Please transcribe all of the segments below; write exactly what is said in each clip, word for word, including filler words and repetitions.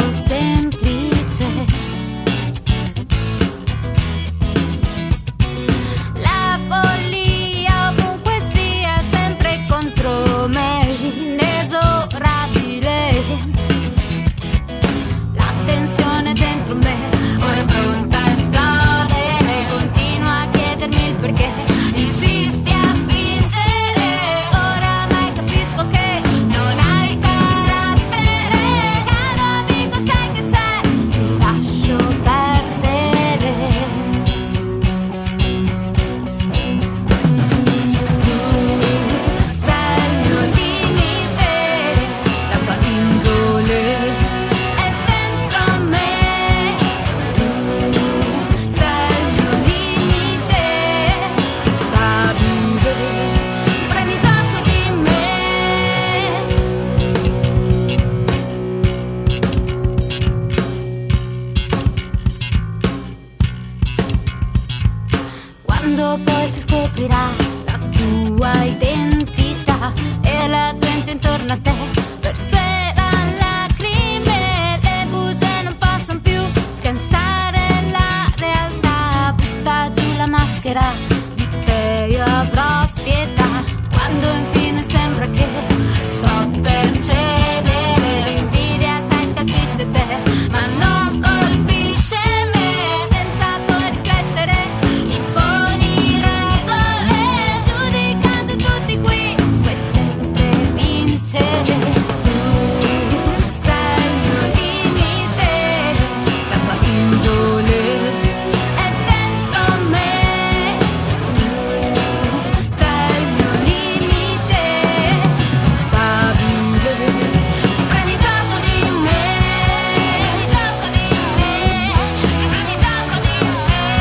semplice. La follia ovunque sia sempre contro me, inesorabile. La tensione dentro me ora è pronta a esplodere, continua a chiedermi il perché, insisti a fingere, oramai capisco che non hai carattere, caro amico sai che c'è, ti lascio perdere. Tu sei il mio limite, la tua indole è dentro me. Tu sei il mio limite, stabile, prendi gioco di me. Quando poi si scoprirà la tua identità e la gente intorno a te verserà lacrime, le bugie non possono più scansare la realtà. Butta giù la maschera, di te io avrò pietà. Quando infine sembra che sto per cedere, l'invidia sai scalfisce te, ma non colpisce me. Senza poi riflettere imponi regole, giudicando tutti qui puoi sempre vincere. Tu sei il mio limite, la tua indole è dentro me. Tu sei il mio limite, stabile, prendi gioco di me, gioco di me, prendi gioco di me.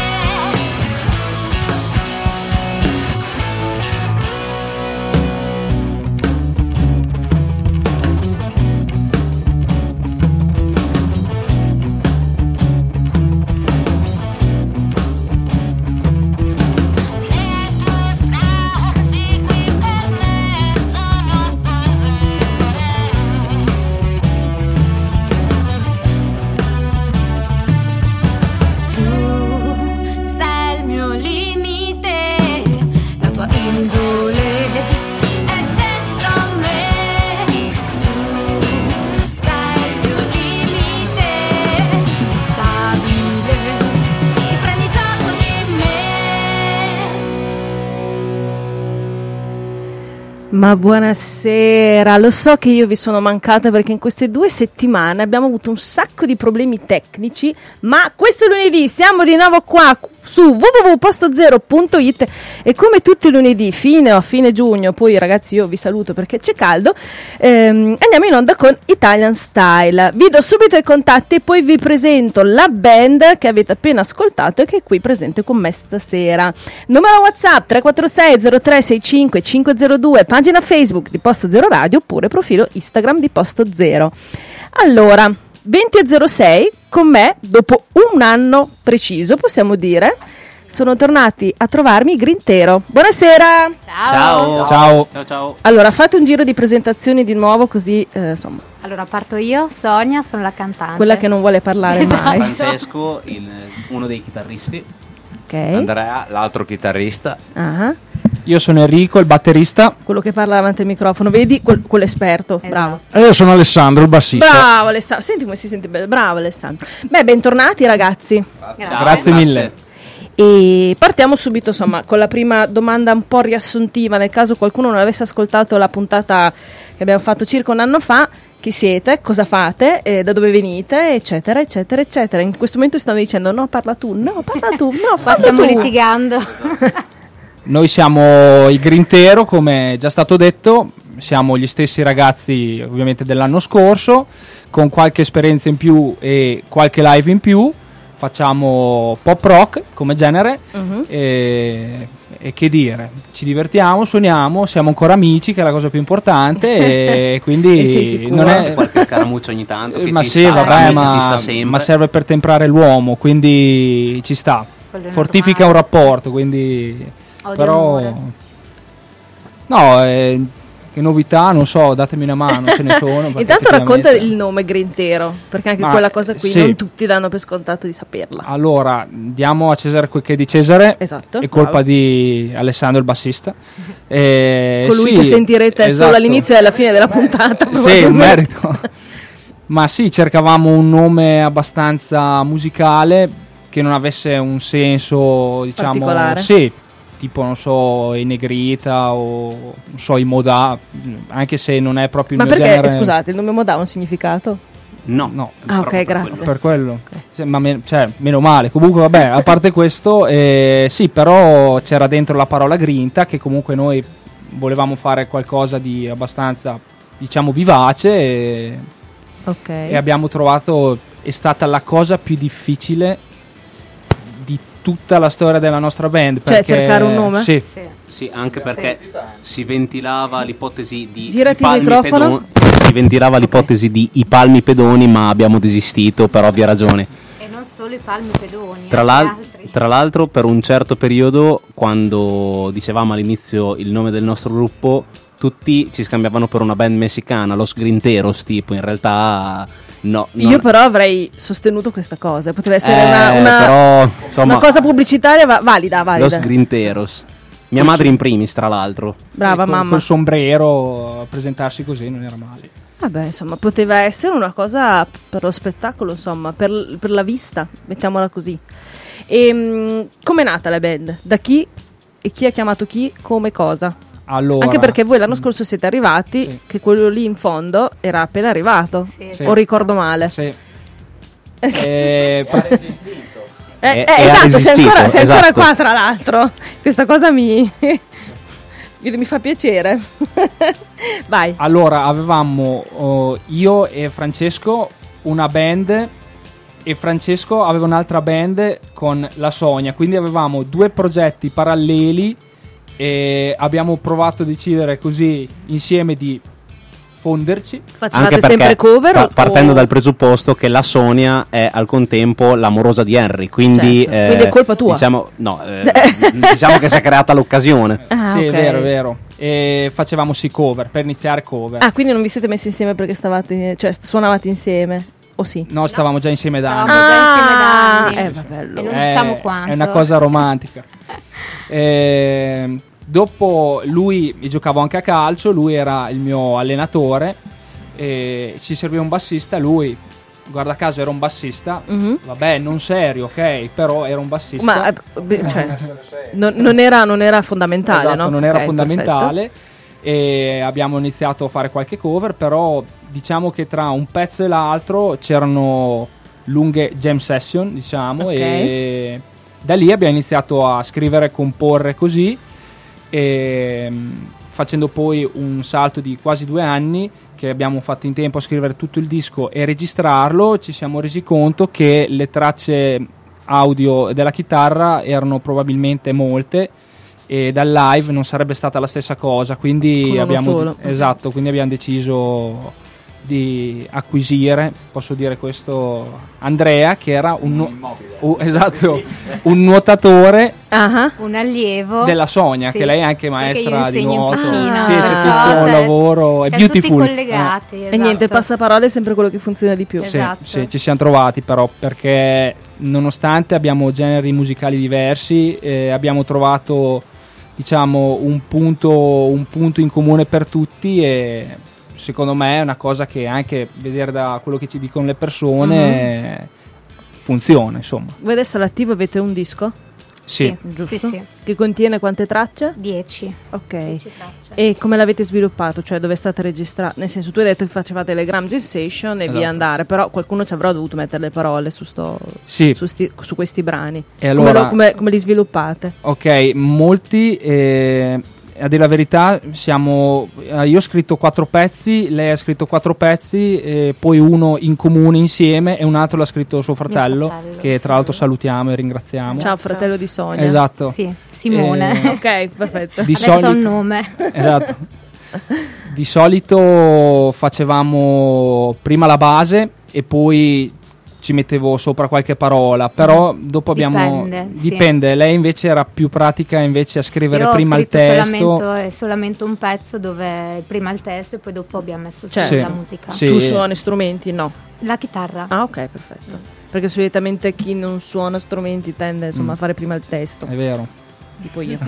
Tu sei il mio limite, la tua indole è dentro me. Tu sei il mio limite, stabile, ti prendi gioco di me. Ma buonasera, lo so che io vi sono mancata perché in queste due settimane abbiamo avuto un sacco di problemi tecnici, ma questo lunedì siamo di nuovo qua su w w w punto posto zero punto i t e come tutti i lunedì fine o a fine giugno, poi ragazzi io vi saluto perché c'è caldo, ehm, andiamo in onda con Italian Style. Vi do subito i contatti e poi vi presento la band che avete appena ascoltato e che è qui presente con me stasera. Numero WhatsApp tre quattro sei zero tre sei cinque cinque zero due, pagina Facebook di Posto Zero Radio oppure profilo Instagram di Posto Zero. Allora, venti e zero sei con me dopo un anno preciso, possiamo dire, sono tornati a trovarmi i Grintero. Buonasera. Ciao. Ciao. Ciao ciao. Allora, fate un giro di presentazioni di nuovo così, eh, insomma, Allora parto io, Sonia, sono la cantante. quella che non vuole parlare mai. Francesco, il- uno dei chitarristi. Ok. Andrea, l'altro chitarrista. Ah, Io sono Enrico, il batterista. quello che parla davanti al microfono, vedi? Quel- quello esperto. Esatto. Bravo. E io sono Alessandro, il bassista. Bravo Alessandro, senti come si sente bene. Bravo Alessandro. Beh, bentornati ragazzi. Grazie. Grazie mille. E partiamo subito, insomma, con la prima domanda un po' riassuntiva, nel caso qualcuno non avesse ascoltato la puntata che abbiamo fatto circa un anno fa. Chi siete? Cosa fate? Eh, da dove venite? Eccetera, eccetera, eccetera. In questo momento stanno dicendo no, parla tu, no, parla tu, no, Qua fallo stiamo tu. litigando. Noi siamo i Grintero, come è già stato detto, siamo gli stessi ragazzi ovviamente dell'anno scorso, con qualche esperienza in più e qualche live in più. Facciamo pop rock come genere. Mhm. e, e che dire, ci divertiamo, suoniamo, siamo ancora amici, che è la cosa più importante. E quindi E sei sicuro? non è Qualche caramuccio ogni tanto che ma ci sì, sta, vabbè, amici ma, ci sta sempre. ma serve per temprare l'uomo, quindi ci sta. Quello è Fortifica normale. un rapporto, quindi Odio però l'amore. no, eh, che novità, non so, datemi una mano, ce ne sono. perché Intanto racconta effettivamente- il nome Grintero, perché anche Ma, quella cosa qui sì. non tutti danno per scontato di saperla. Allora, diamo a Cesare quel che è di Cesare, Esatto, è colpa bravo. di Alessandro il bassista. Eh, Colui sì, che sentirete esatto. solo all'inizio e alla fine della puntata. Sì, probabilmente. un merito. Ma sì, cercavamo un nome abbastanza musicale che non avesse un senso, diciamo, Particolare. sì, tipo non so, i Negrita o non so, i Modà, anche se non è proprio il Ma mio perché, genere. scusate, il nome Modà ha un significato? No. No, Ah, ok, proprio per grazie. quello. per quello. Sì, ma men- cioè, meno male. Comunque, vabbè, a parte questo, eh, sì, però c'era dentro la parola grinta, che comunque noi volevamo fare qualcosa di abbastanza, diciamo, vivace e, Ok. e abbiamo trovato, è stata la cosa più difficile di tutta la storia della nostra band. Cioè, perché- cercare un nome? Sì, Sì. Sì, anche perché si ventilava l'ipotesi di Girati i palmi il microfono. pedoni. Si ventilava l'ipotesi di i palmi pedoni, ma abbiamo desistito per ovvia ragione. E non solo i palmi pedoni, Tra, anche l'al- altri. tra l'altro, per un certo periodo, quando dicevamo all'inizio il nome del nostro gruppo, tutti ci scambiavano per una band messicana, Los Grinteros, tipo. In realtà, no. non- Io però avrei sostenuto questa cosa, poteva essere Eh, una, una- però, insomma, una cosa pubblicitaria va- valida, valida. Los Grinteros. Mia madre in primis, tra l'altro. Brava col, mamma. col sombrero a presentarsi così non era male. Vabbè, insomma, poteva essere una cosa per lo spettacolo, insomma, per, per la vista, mettiamola così. E com'è nata la band? Da chi? E chi ha chiamato chi? Come cosa? Allora, Anche perché voi l'anno scorso siete arrivati, Sì. che quello lì in fondo era appena arrivato. Sì, Sì. O ricordo male? sì. Eh, pa- Eh, E- eh, e ha esatto, sei resistito, ancora, sei ancora esatto. qua tra l'altro. Questa cosa mi, mi, mi fa piacere. Vai. Allora, avevamo oh, io e Francesco una band e Francesco aveva un'altra band con la Sonia, quindi avevamo due progetti paralleli e abbiamo provato a decidere così insieme di fonderci. Facevate Anche perché sempre cover? pa- o- partendo dal presupposto che la Sonia è al contempo l'amorosa di Henry, quindi, Certo, quindi è colpa tua. Diciamo, no, eh, diciamo che si è creata l'occasione. Ah, sì, ok. è vero, è vero. E facevamo sì cover, per iniziare cover. Ah, quindi non vi siete messi insieme perché stavate, cioè suonavate insieme? O sì? No, stavamo già insieme da Stavamo anni. già insieme da anni. eh, vabbè, allora. E non Eh, diciamo quanto. È una cosa romantica. Eh, dopo lui, io giocavo anche a calcio, lui era il mio allenatore, e ci serviva un bassista, lui, guarda caso, era un bassista, Mhm. vabbè, non serio, ok, però era un bassista. Ma eh, beh, cioè, non, non era, non era fondamentale, Esatto, no? non era Ok, fondamentale. E abbiamo iniziato a fare qualche cover, però diciamo che tra un pezzo e l'altro c'erano lunghe jam session, diciamo, Ok. e da lì abbiamo iniziato a scrivere e comporre così, e mh, facendo poi un salto di quasi due anni che abbiamo fatto in tempo a scrivere tutto il disco e registrarlo, ci siamo resi conto che le tracce audio della chitarra erano probabilmente molte e dal live non sarebbe stata la stessa cosa, quindi Con uno abbiamo solo. esatto, quindi abbiamo deciso di acquisire, posso dire questo, Andrea, che era un nu- uh, esatto, un nuotatore Ah, ah. Un allievo della Sonia, Sì, che lei è anche perché maestra io di insegno in nuoto. piscina, Sì, c'è perciò, tutto un cioè, lavoro, è siamo tutti beautiful. collegati, Eh. E esatto. niente, passaparole è sempre quello che funziona di più. Sì, Esatto. sì, ci siamo trovati però perché nonostante abbiamo generi musicali diversi, eh, abbiamo trovato, diciamo, un punto, un punto in comune per tutti, e secondo me è una cosa che anche vedere da quello che ci dicono le persone eh, funziona, insomma. Voi adesso all'attivo avete un disco, Sì. giusto? Sì, sì. Che contiene quante tracce? dieci. Ok. dieci tracce. E come l'avete sviluppato? Cioè dove state registrando? Nel senso, tu hai detto che facevate le Gram Jam Session e Esatto. via andare, però qualcuno ci avrà dovuto mettere le parole su, sto, Sì. su, sti- su questi brani. E Come, allora- lo- come- come li sviluppate? Ok, molti, eh, a dire la verità, siamo, eh, io ho scritto quattro pezzi, lei ha scritto quattro pezzi, eh, poi uno in comune insieme e un altro l'ha scritto suo fratello, fratello, che tra l'altro salutiamo e ringraziamo. Ciao fratello di Sonia. Esatto. Sì, Simone. Eh, Ok, perfetto. Di Adesso ha solito- un nome. Esatto. Di solito facevamo prima la base e poi ci mettevo sopra qualche parola, però dopo abbiamo Dipende, sì. dipende. Lei invece era più pratica invece a scrivere Io prima ho il scritto testo. solamente, solamente un pezzo dove prima il testo e poi dopo abbiamo messo Certo. tutta Sì. la musica. Sì. Tu suoni strumenti? No. La chitarra. Ah, ok, perfetto. Perché solitamente chi non suona strumenti tende insomma Mm. a fare prima il testo, È vero. tipo io.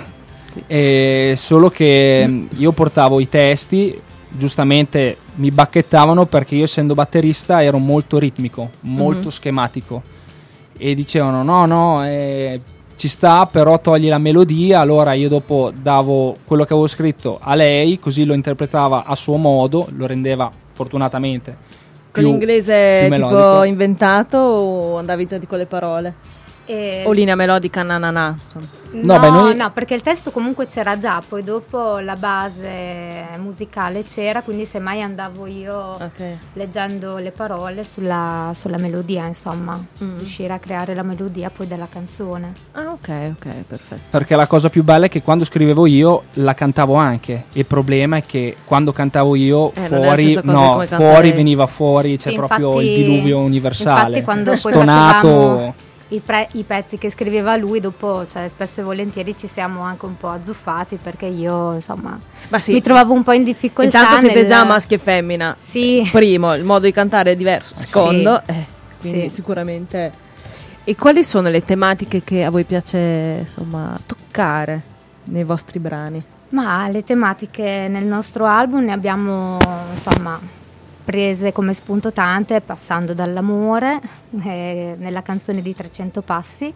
E solo che mh, io portavo i testi, giustamente mi bacchettavano perché io, essendo batterista, ero molto ritmico, molto Mhm. schematico, e dicevano no no eh, ci sta, però togli la melodia. Allora io dopo davo quello che avevo scritto a lei, così lo interpretava a suo modo, lo rendeva fortunatamente Con più- l'inglese più tipo melodico. inventato o andavi già di con le parole? E- O linea melodica na na na, insomma. No, No, beh, noi- no, perché il testo comunque c'era già, poi dopo la base musicale c'era, quindi semmai andavo io Ok. leggendo le parole sulla, sulla melodia, insomma, Mm. riuscire a creare la melodia poi della canzone. Ah, ok, ok, perfetto. Perché la cosa più bella è che quando scrivevo io la cantavo anche. Il problema è che quando cantavo io Eh, non è la fuori, stessa cosa no, come cantare. fuori veniva fuori, c'è Sì, proprio infatti- il diluvio universale. infatti quando poi stonato. facevamo I, pre- i pezzi che scriveva lui, dopo, cioè, spesso e volentieri ci siamo anche un po' azzuffati perché io, insomma, Ma sì, mi trovavo un po' in difficoltà. intanto siete nel- già maschi e femmina. Sì. Primo, il modo di cantare è diverso. Secondo, Sì. eh, quindi Sì. sicuramente. E quali sono le tematiche che a voi piace, insomma, toccare nei vostri brani? Ma le tematiche nel nostro album ne abbiamo, insomma, prese come spunto tante, passando dall'amore eh, nella canzone di trecento passi,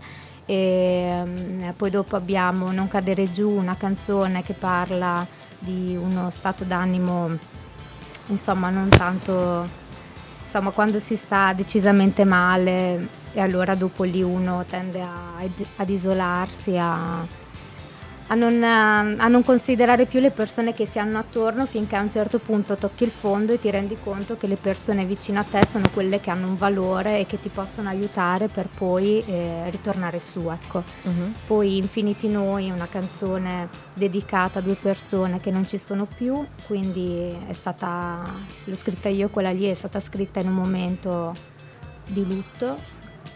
e mm, poi dopo abbiamo Non cadere giù, una canzone che parla di uno stato d'animo, insomma, non tanto, insomma, quando si sta decisamente male e allora dopo lì uno tende a- ad isolarsi, a A non, a non considerare più le persone che si hanno attorno, finché a un certo punto tocchi il fondo e ti rendi conto che le persone vicino a te sono quelle che hanno un valore e che ti possono aiutare per poi eh, ritornare su, ecco. Poi Infiniti Noi, una canzone dedicata a due persone che non ci sono più, quindi è stata, l'ho scritta io, quella lì è stata scritta in un momento di lutto.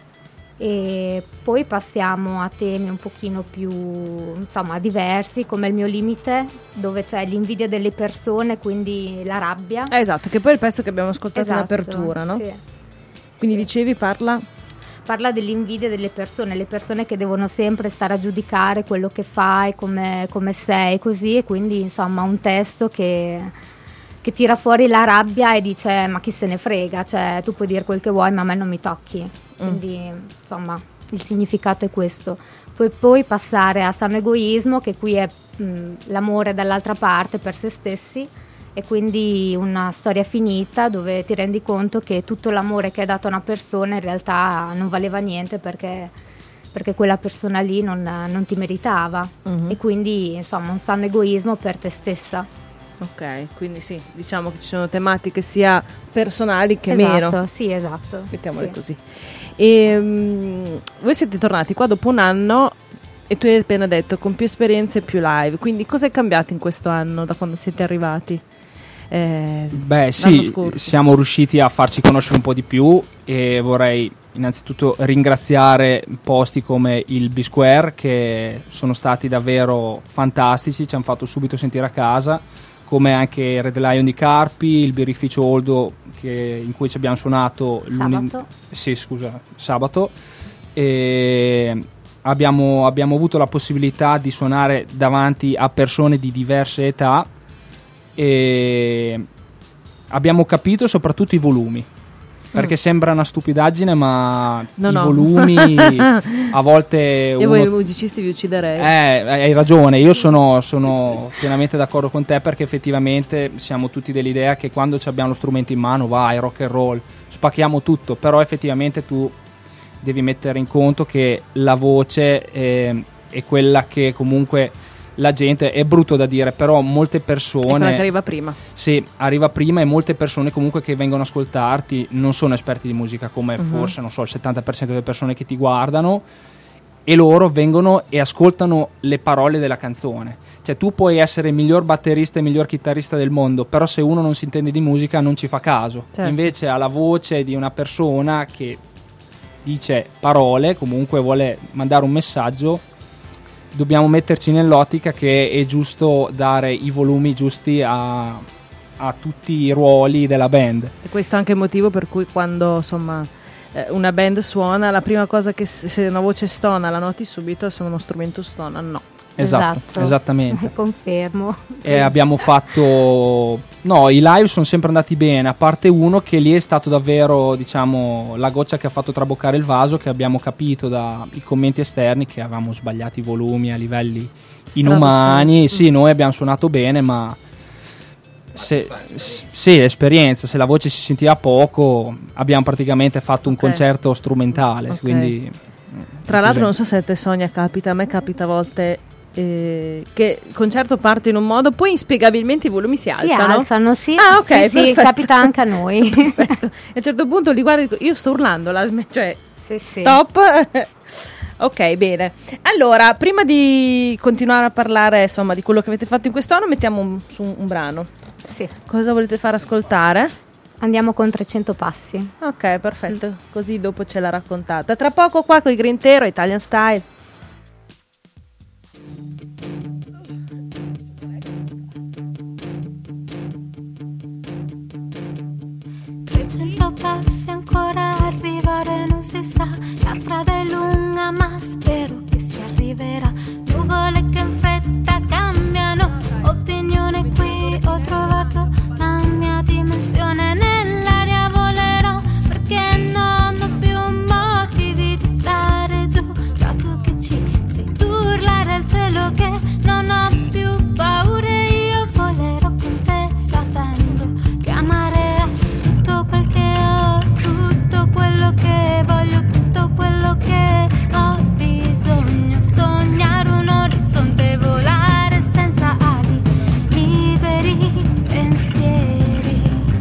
E poi passiamo a temi un pochino più, insomma, diversi, come Il mio limite, dove c'è l'invidia delle persone, quindi la rabbia. Eh, esatto, che poi è il pezzo che abbiamo ascoltato Esatto, in apertura, no? sì. Quindi Sì. dicevi, parla. Parla dell'invidia delle persone, le persone che devono sempre stare a giudicare quello che fai, come, come sei, così, e quindi insomma un testo che, che tira fuori la rabbia e dice ma chi se ne frega, cioè tu puoi dire quel che vuoi ma a me non mi tocchi, quindi insomma il significato è questo. Poi, poi passare a Sano Egoismo, che qui è mh, l'amore dall'altra parte per se stessi, e quindi una storia finita dove ti rendi conto che tutto l'amore che hai dato a una persona in realtà non valeva niente perché, perché quella persona lì non, non ti meritava, Mhm. e quindi insomma un sano egoismo per te stessa. Ok, quindi sì, diciamo che ci sono tematiche sia personali che Esatto, meno. sì, esatto. Mettiamole Sì. così. E, mm, voi siete tornati qua dopo un anno e tu hai appena detto con più esperienze e più live. Quindi cosa è cambiato in questo anno da quando siete arrivati? Eh, Beh l'anno sì, scorso. siamo riusciti a farci conoscere un po' di più, e vorrei innanzitutto ringraziare posti come il B-Square, che sono stati davvero fantastici, ci hanno fatto subito sentire a casa, come anche Red Lion di Carpi, il birrificio Oldo che- in cui ci abbiamo suonato luni- Sabato. sì, scusa, sabato, e abbiamo, abbiamo avuto la possibilità di suonare davanti a persone di diverse età, e abbiamo capito soprattutto i volumi, perché sembra una stupidaggine, ma No, i no. volumi a volte Io voi uno- musicisti vi ucciderei. eh, hai ragione, io sono, sono pienamente d'accordo con te, perché effettivamente siamo tutti dell'idea che quando ci abbiamo lo strumento in mano, vai, rock and roll, spacchiamo tutto, però effettivamente tu devi mettere in conto che la voce eh, è quella che comunque la gente, è brutto da dire, però molte È quella persone che arriva prima. sì, arriva prima, e molte persone comunque che vengono a ascoltarti non sono esperti di musica, come Mhm. forse, non so, il settanta per cento delle persone che ti guardano, e loro vengono e ascoltano le parole della canzone. Cioè tu puoi essere il miglior batterista e il miglior chitarrista del mondo, però se uno non si intende di musica non ci fa caso. Certo. Invece alla voce di una persona che dice parole, comunque vuole mandare un messaggio, dobbiamo metterci nell'ottica che è giusto dare i volumi giusti a, a tutti i ruoli della band. E questo è anche il motivo per cui quando insomma eh, una band suona, la prima cosa che se se una voce stona la noti subito, se uno strumento stona no. Esatto, Esatto. esattamente. Confermo. E abbiamo fatto, no, i live sono sempre andati bene, a parte uno che lì è stato davvero, diciamo, la goccia che ha fatto traboccare il vaso, che abbiamo capito dai commenti esterni che avevamo sbagliato i volumi a livelli inumani. Sì, noi abbiamo suonato bene, ma se, s- sì, esperienza, se la voce si sentiva poco, abbiamo praticamente fatto un Ok. concerto strumentale, Ok. quindi Tra l'altro non so se a te Sonia capita, a me capita a volte eh, che il concerto parte in un modo, poi inspiegabilmente i volumi si Si alzano. alzano, sì. Ah, ok, Sì, sì, perfetto. capita anche a noi. Perfetto. E a un certo punto li guardo e dico, io sto urlando, la sm- cioè Sì, sì. stop. Ok, bene. Allora, prima di continuare a parlare insomma di quello che avete fatto in quest'anno, mettiamo un- su un, un brano. Sì. Cosa volete far ascoltare? Andiamo con trecento passi. Ok, perfetto. Così dopo ce la raccontate. Tra poco qua con i Green Tero, Italian Style. trecento passi ancora arrivare non si sa, la strada è lunga ma spero che si arriverà. Nuvole che in fretta cambiano, opinione qui ho trovato la mia dimensione, nell'aria volerò perché non ho più motivi di stare giù, dato che ci sei tu urlare al cielo che non ho più paure, io volerò con te sapendo che amare è tutto quel che ho, tutto quello che voglio, tutto quello che ho bisogno, sognare un orizzonte, volare senza ali, liberi pensieri.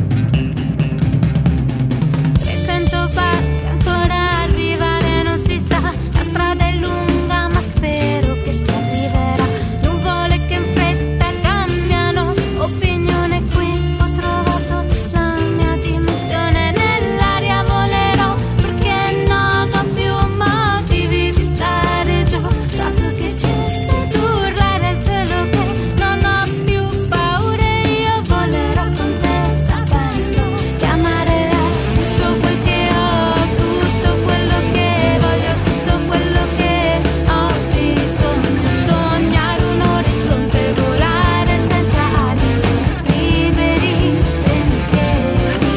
trecento passi ancora arrivare non si sa, la strada è lunga ma spero che si arriverà. Nuvole che in fretta cambiano, opinione qui ho trovato la mia dimensione, nell'aria volerò perché non ho più motivi di stare giù, dato che ci sei tu urlare al cielo che non ho più paure, io volerò con te sapendo che amare è tutto quel che ho, tutto quello che voglio, tutto quello che ho bisogno, sognare un orizzonte, volare senza ali, liberi pensieri.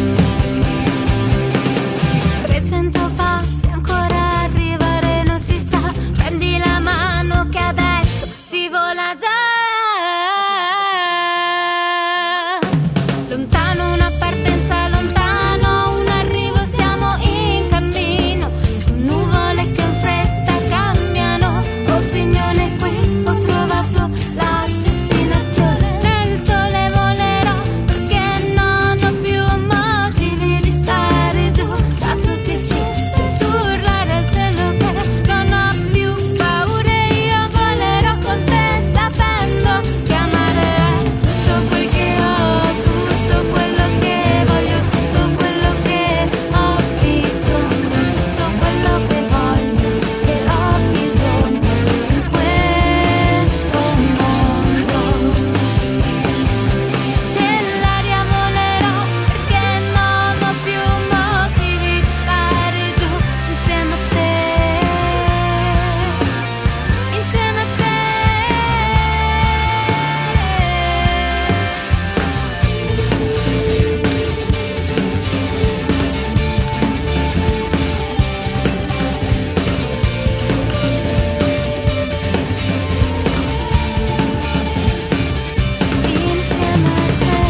trecento passi ancora arrivare non si sa, prendi la mano che adesso si vola già. Lontano una partenza, lontano un arrivo, siamo in cammino su nuvole che in fretta cambiano, opinione qui ho trovato la destinazione, nel sole volerò perché non ho più motivi di stare giù, dato che ci sei tu urlare al cielo che non ho più paure, io volerò con te sapendo che amare è tutto quel che ho, tutto quello che voglio, tutto quello che ho bisogno, tutto quello che voglio, che ho bisogno in questo mondo. Nell'aria volerò perché non ho più motivi di stare giù, insieme a te, insieme a te. Insieme a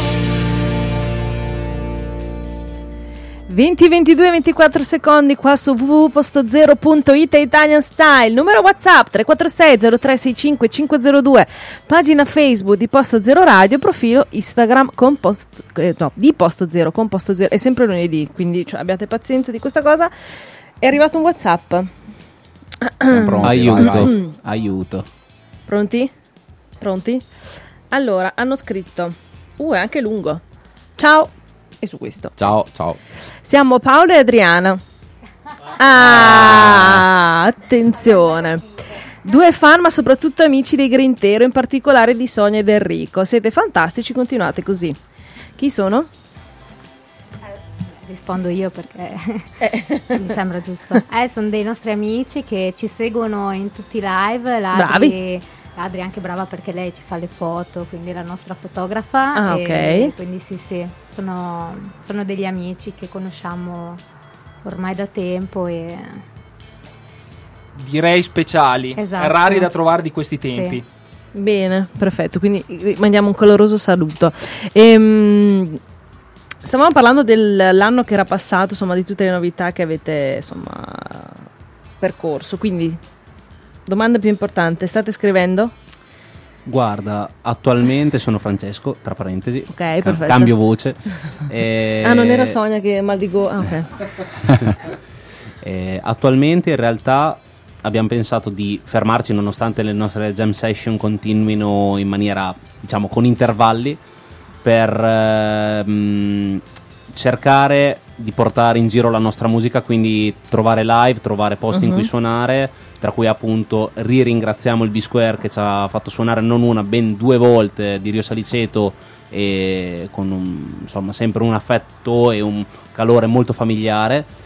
te. venti, ventidue, ventiquattro secondi qua su w w w punto posto zero punto i t Italian Style, numero WhatsApp tre quattro sei zero tre sei cinque cinque zero due, pagina Facebook di Posto Zero Radio, profilo Instagram con post, eh, no, di Posto Zero con Posto Zero, è sempre lunedì, quindi cioè, abbiate pazienza di questa cosa. È arrivato un WhatsApp. Siamo pronti, Aiuto, vai, vai. aiuto. Pronti? Pronti? Allora, hanno scritto, uh, è anche lungo. Ciao, e su questo. Ciao, ciao. Siamo Paolo e Adriana. Ah, attenzione. Due fan, ma soprattutto amici dei Grintero, in particolare di Sonia ed Enrico. Siete fantastici, continuate così. Chi sono? Rispondo io perché mi sembra giusto. Eh, sono dei nostri amici che ci seguono in tutti i live. L'Adri, Bravi. L'Adri è anche brava perché lei ci fa le foto, quindi è la nostra fotografa. Ah, e ok. Quindi sì, sì, sono, sono degli amici che conosciamo ormai da tempo e Direi speciali, Esatto. rari da trovare di questi tempi. Sì. Bene, perfetto. Quindi eh, mandiamo un caloroso saluto. Ehm, stavamo parlando dell'anno che era passato, insomma, di tutte le novità che avete, insomma, percorso. Quindi, domanda più importante: state scrivendo? Guarda, attualmente sono Francesco, tra parentesi. Ok, Cam- perfetto. Cambio voce. E- Ah, non era Sonia che mal di go. Ah, ok. Eh, attualmente in realtà abbiamo pensato di fermarci, nonostante le nostre jam session continuino in maniera, diciamo, con intervalli, per ehm, cercare di portare in giro la nostra musica, quindi trovare live, trovare posti Mhm. in cui suonare, tra cui appunto ringraziamo il B-Square che ci ha fatto suonare non una, ben due volte di Rio Saliceto, e con un, insomma, sempre un affetto e un calore molto familiare.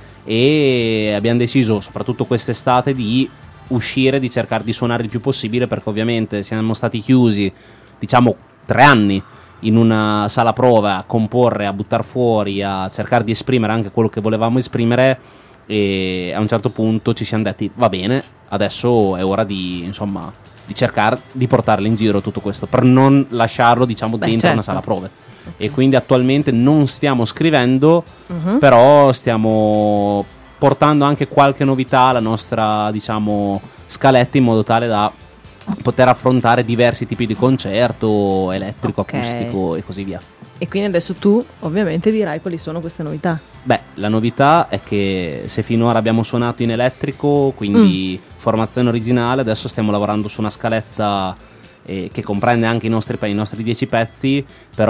E abbiamo deciso, soprattutto quest'estate, di uscire, di cercare di suonare il più possibile, perché ovviamente siamo stati chiusi, diciamo, tre anni in una sala prova a comporre, a buttare fuori, a cercare di esprimere anche quello che volevamo esprimere, e a un certo punto ci siamo detti va bene, adesso è ora di, insomma, di cercare di portarlo in giro tutto questo, per non lasciarlo, diciamo, Beh, dentro certo. una sala prove. E quindi attualmente non stiamo scrivendo, Mhm. però stiamo portando anche qualche novità alla nostra, diciamo, scaletta, in modo tale da poter affrontare diversi tipi di concerto, elettrico, Ok. acustico e così via. E quindi adesso tu ovviamente dirai quali sono queste novità. Beh, la novità è che se finora abbiamo suonato in elettrico, quindi formazione originale, adesso stiamo lavorando su una scaletta eh, che comprende anche i nostri, pe- i nostri dieci pezzi,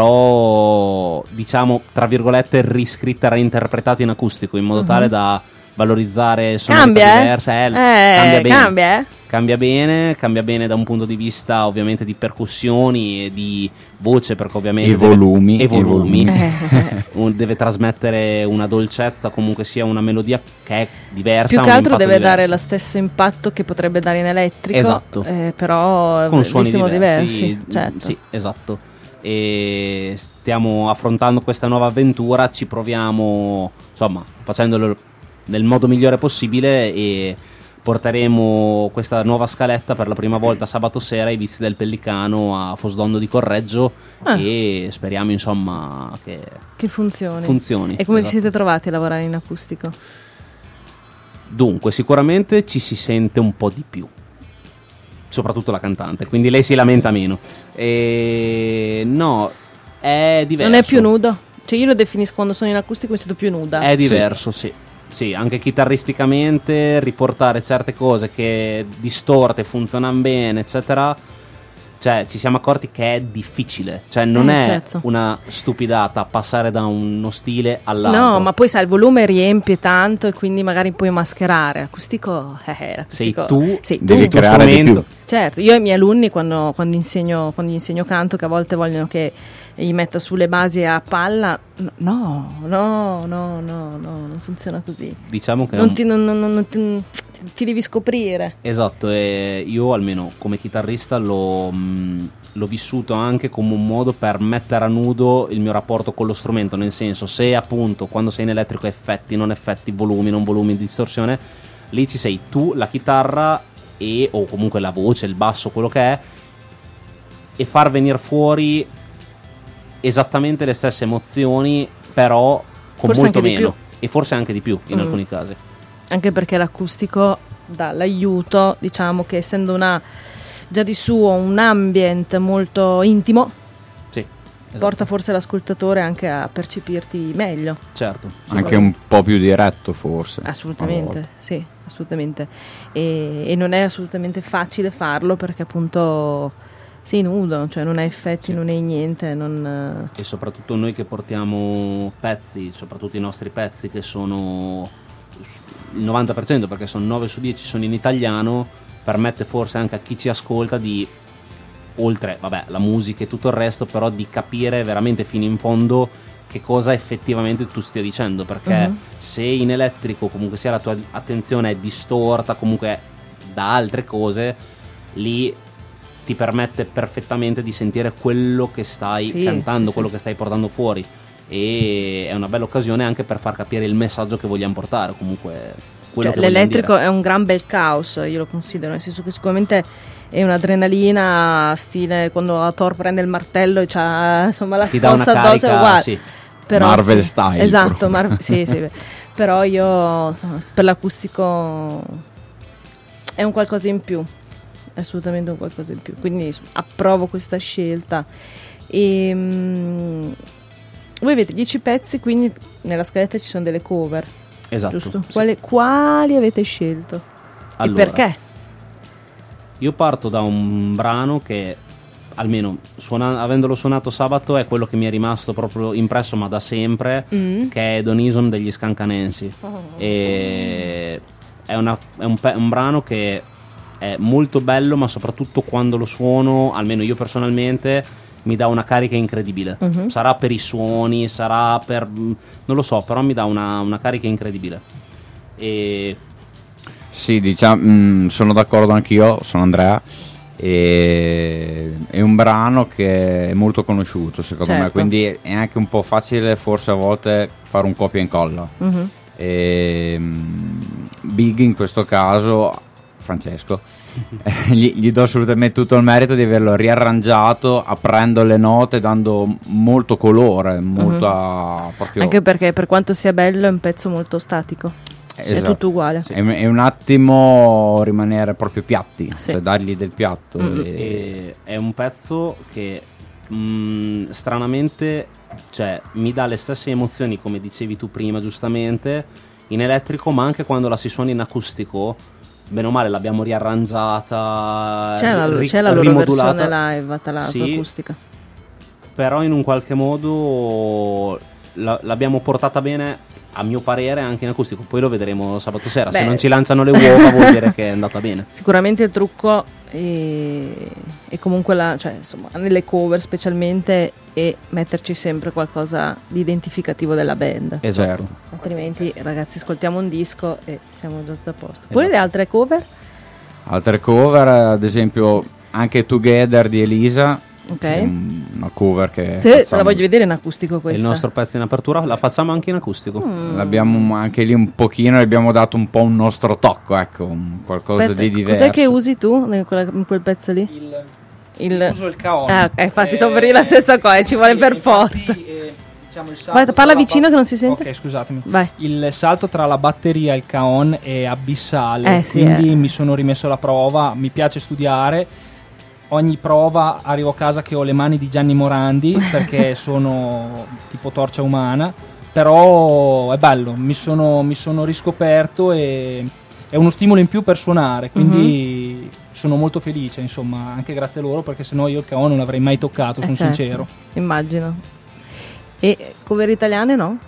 però, diciamo, tra virgolette, riscritta, reinterpretata in acustico, in modo tale da valorizzare sonorità Cambia, eh? diverse. Eh, Eh, cambia bene. cambia, eh? Cambia bene, cambia bene da un punto di vista ovviamente di percussioni e di voce, perché ovviamente E deve- volumi, e e volumi. volumi. Un- deve trasmettere una dolcezza, comunque sia una melodia che è diversa. Più ha che un altro impatto deve dare diverso. lo stesso impatto che potrebbe dare in elettrico, Esatto. eh, però Con eh, suoni visti in modi diversi, diversi. Certo. Sì, esatto. E stiamo affrontando questa nuova avventura, ci proviamo, insomma, facendolo nel modo migliore possibile, e porteremo questa nuova scaletta per la prima volta sabato sera ai Vizi del Pellicano a Fosdondo di Correggio, Ah. e speriamo, insomma, che Che funzioni. funzioni. E come vi Esatto. siete trovati a lavorare in acustico? Dunque, sicuramente ci si sente un po' di più, soprattutto la cantante, quindi lei si lamenta meno. E no, è diverso. Non è più nudo? Cioè io lo definisco, quando sono in acustico mi sento più nuda. È diverso, sì. Sì, anche chitarristicamente riportare certe cose che distorte, funzionano bene, eccetera. Cioè, ci siamo accorti che è difficile. Cioè, non Eh, è certo. una stupidata passare da uno stile all'altro. No, ma poi sai, il volume riempie tanto e quindi magari puoi mascherare. Acustico, eh, eh, sei l'acustico- tu, sei devi tu. tuo creare di strumento. più. Certo, io ai miei alunni quando, quando, insegno, quando gli insegno canto, che a volte vogliono che gli metta sulle basi a palla, no, no, no, no, no, non funziona così. Diciamo che è Non un- ti, non- non- non ti- ti devi scoprire. Esatto, e io almeno come chitarrista l'ho, mh, l'ho vissuto anche come un modo per mettere a nudo il mio rapporto con lo strumento, nel senso, se appunto quando sei in elettrico effetti, non effetti, volumi, non volumi, distorsione, lì ci sei tu, la chitarra e o comunque la voce, il basso, quello che è, e far venire fuori esattamente le stesse emozioni, però con Forse molto anche di meno, più. e forse anche di più in Mm. alcuni casi. Anche perché l'acustico dà l'aiuto, diciamo che essendo una già di suo un ambient molto intimo, Sì, esatto. porta forse l'ascoltatore anche a percepirti meglio. Certo. Anche un po' più diretto forse. a Assolutamente, volte. sì, assolutamente. E, e non è assolutamente facile farlo perché appunto sei nudo, cioè non hai effetti, non hai niente, non... E soprattutto noi che portiamo pezzi, soprattutto i nostri pezzi che sono il novanta per cento, perché sono nove su dieci sono in italiano, permette forse anche a chi ci ascolta di, oltre vabbè la musica e tutto il resto, però di capire veramente fino in fondo che cosa effettivamente tu stia dicendo, perché uh-huh. se in elettrico comunque sia la tua attenzione è distorta comunque da altre cose, lì ti permette perfettamente di sentire quello che stai sì, cantando, sì, quello sì. che stai portando fuori, e è una bella occasione anche per far capire il messaggio che vogliamo portare, comunque quello cioè, che l'elettrico dire. È un gran bel caos, io lo considero, nel senso che sicuramente è un'adrenalina stile quando Thor prende il martello e c'ha insomma la ti scossa addosso è uguale sì. Però Marvel sì, style esatto, Mar- sì, sì, però io insomma, per l'acustico è un qualcosa in più, è assolutamente un qualcosa in più, quindi approvo questa scelta. E um, voi avete dieci pezzi, quindi nella scaletta ci sono delle cover, esatto, giusto? sì. Quali, quali avete scelto? Allora, e perché? Io parto da un brano che almeno suona, avendolo suonato sabato è quello che mi è rimasto proprio impresso ma da sempre, mm. che è Donison degli Scancanensi. Oh. E è, una, è un, pe- un brano che è molto bello, ma soprattutto quando lo suono, almeno io personalmente, mi dà una carica incredibile. Uh-huh. Sarà per i suoni, sarà per non lo so, però mi dà una, una carica incredibile. E sì, diciamo, mh, sono d'accordo anch'io, sono Andrea. E è un brano che è molto conosciuto secondo certo. me, quindi è anche un po' facile forse a volte fare un copia e incolla. Uh-huh. E, um, Big in questo caso, Francesco, uh-huh. gli, gli do assolutamente tutto il merito di averlo riarrangiato, aprendo le note, dando molto colore, molta, uh-huh. proprio... anche perché per quanto sia bello è un pezzo molto statico. Esatto. È tutto uguale. Sì. È, è un attimo rimanere proprio piatti, sì. cioè dargli del piatto. Mm. E... E è un pezzo che mh, stranamente cioè, mi dà le stesse emozioni, come dicevi tu prima giustamente, in elettrico, ma anche quando la si suona in acustico. Bene o male l'abbiamo riarrangiata, c'è la, ri- c'è la loro versione live tra sì, acustica, però in un qualche modo la, l'abbiamo portata bene, a mio parere, anche in acustico. Poi lo vedremo sabato sera. Beh, se non ci lanciano le uova vuol dire che è andata bene. Sicuramente il trucco è, è comunque la, cioè, insomma, nelle cover specialmente, e metterci sempre qualcosa di identificativo della band. Esatto. Altrimenti ragazzi ascoltiamo un disco e siamo già a posto. Esatto. Poi le altre cover? Altre cover, ad esempio anche Together di Elisa. Ok, una cover che sì, facciamo... la voglio vedere in acustico questa. Il nostro pezzo in apertura la facciamo anche in acustico. Mm. L'abbiamo anche lì un pochino, abbiamo dato un po' un nostro tocco, ecco, un qualcosa Aspetta, di diverso. Cos'è che usi tu in, quella, in quel pezzo lì? Il, il... uso il caon. Ah, ok, infatti eh, sto per dire la stessa cosa, ci vuole sì, per infatti, forza. Eh, diciamo il salto parla vicino ba- che non si sente. Ok, scusatemi. Vai. Il salto tra la batteria e il caon è abissale, eh, sì, quindi eh. mi sono rimesso alla prova, mi piace studiare. Ogni prova arrivo a casa che ho le mani di Gianni Morandi perché sono tipo torcia umana, però è bello, mi sono, mi sono riscoperto e è uno stimolo in più per suonare, quindi mm-hmm. sono molto felice, insomma, anche grazie a loro, perché sennò io il caon non l'avrei mai toccato, sono eh certo, sincero. Immagino. E cover italiane no?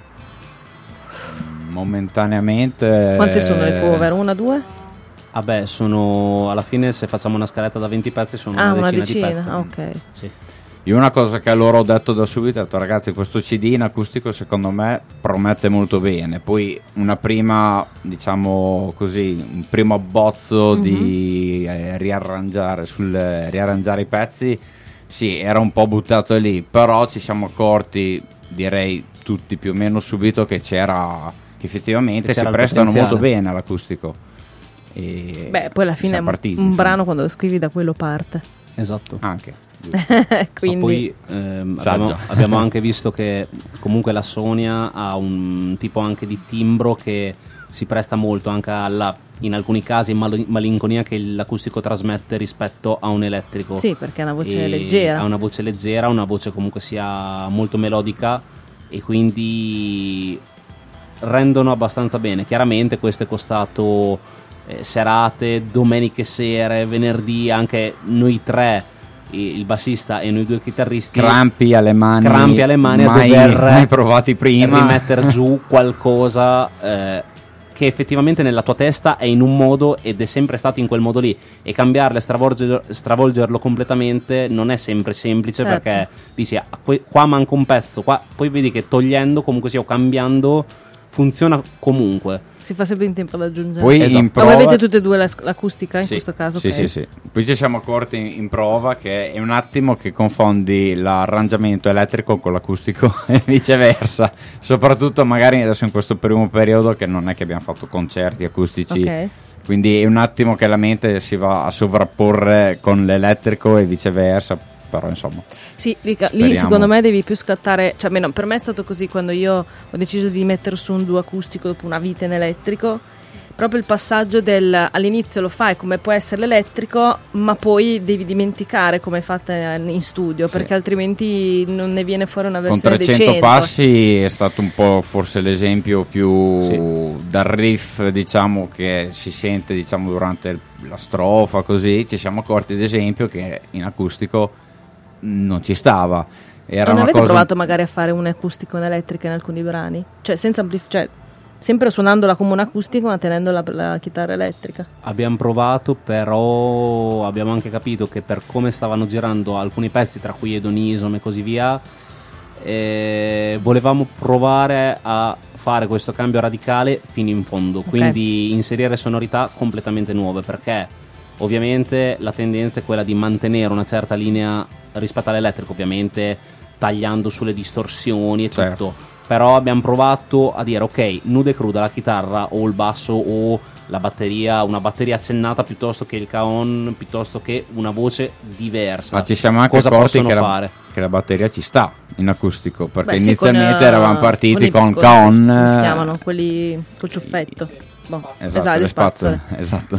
Momentaneamente. Quante sono le cover? Una, due? Ah beh, sono alla fine, se facciamo una scaletta da venti pezzi, sono ah, una, decina decina di pezzi. Ah, ok. Sì. Io una cosa che a loro ho detto da subito, ho detto ragazzi, questo C D in acustico secondo me promette molto bene. Poi una prima, diciamo così, un primo abbozzo mm-hmm. di eh, riarrangiare sul riarrangiare i pezzi, sì, era un po' buttato lì, però ci siamo accorti, direi tutti più o meno subito, che c'era che effettivamente che c'era si prestano molto bene all'acustico. E beh, poi alla fine è partiti, un insomma. Brano quando lo scrivi da quello parte. Esatto. Anche. Quindi ma poi ehm, abbiamo, abbiamo anche visto che comunque la Sonia ha un tipo anche di timbro che si presta molto anche alla, in alcuni casi, mal- malinconia che l'acustico trasmette rispetto a un elettrico. Sì, perché ha una voce leggera. Ha una voce leggera, una voce comunque sia molto melodica, e quindi rendono abbastanza bene. Chiaramente questo è costato eh, serate, domeniche sere, venerdì, anche noi tre, il bassista e noi due chitarristi, crampi alle mani, crampi alle mani mai, a dover mai provati prima rimettere giù qualcosa eh, che effettivamente nella tua testa è in un modo ed è sempre stato in quel modo lì, e cambiarlo e stravolger, stravolgerlo completamente non è sempre semplice, certo. Perché dici ah, qua manca un pezzo, qua, poi vedi che togliendo comunque sia o cambiando funziona comunque. Si fa sempre in tempo ad aggiungere. Poi esatto. in prova... Ma voi avete tutte e due l'acustica in sì, questo caso? Sì, okay. sì, sì. Poi ci siamo accorti in, in prova che è un attimo che confondi l'arrangiamento elettrico con l'acustico e viceversa. Soprattutto magari adesso in questo primo periodo che non è che abbiamo fatto concerti acustici. Okay. Quindi è un attimo che la mente si va a sovrapporre con l'elettrico e viceversa. Però insomma sì, lì, lì secondo me devi più scattare, cioè almeno per me è stato così quando io ho deciso di mettere su un duo acustico dopo una vita in elettrico, proprio il passaggio del all'inizio lo fai come può essere l'elettrico, ma poi devi dimenticare come è fatta in studio, sì. Perché altrimenti non ne viene fuori una versione con trecento decente. Passi è stato un po' forse l'esempio più sì. Dal riff, diciamo, che si sente, diciamo, durante la strofa, così ci siamo accorti ad esempio che in acustico non ci stava. Era non una avete cosa... provato magari a fare un acustico in elettrica in alcuni brani? Cioè senza ampli... cioè, sempre suonandola come un acustico ma tenendo la, la chitarra elettrica? Abbiamo provato, però abbiamo anche capito che per come stavano girando alcuni pezzi, tra cui Hedonism e così via, eh, volevamo provare a fare questo cambio radicale fino in fondo, okay. Quindi inserire sonorità completamente nuove, perché ovviamente la tendenza è quella di mantenere una certa linea rispetto all'elettrico, ovviamente tagliando sulle distorsioni e certo. Tutto. Però abbiamo provato a dire ok, nuda e cruda la chitarra o il basso o la batteria, una batteria accennata piuttosto che il cajon, piuttosto che una voce diversa. Ma ci siamo anche accorti che la, che la batteria ci sta in acustico, perché Beh, inizialmente sì, con, eravamo partiti con, con cajon, come si chiamano quelli col ciuffetto, boh, esatto, esatto, le spazzole, esatto.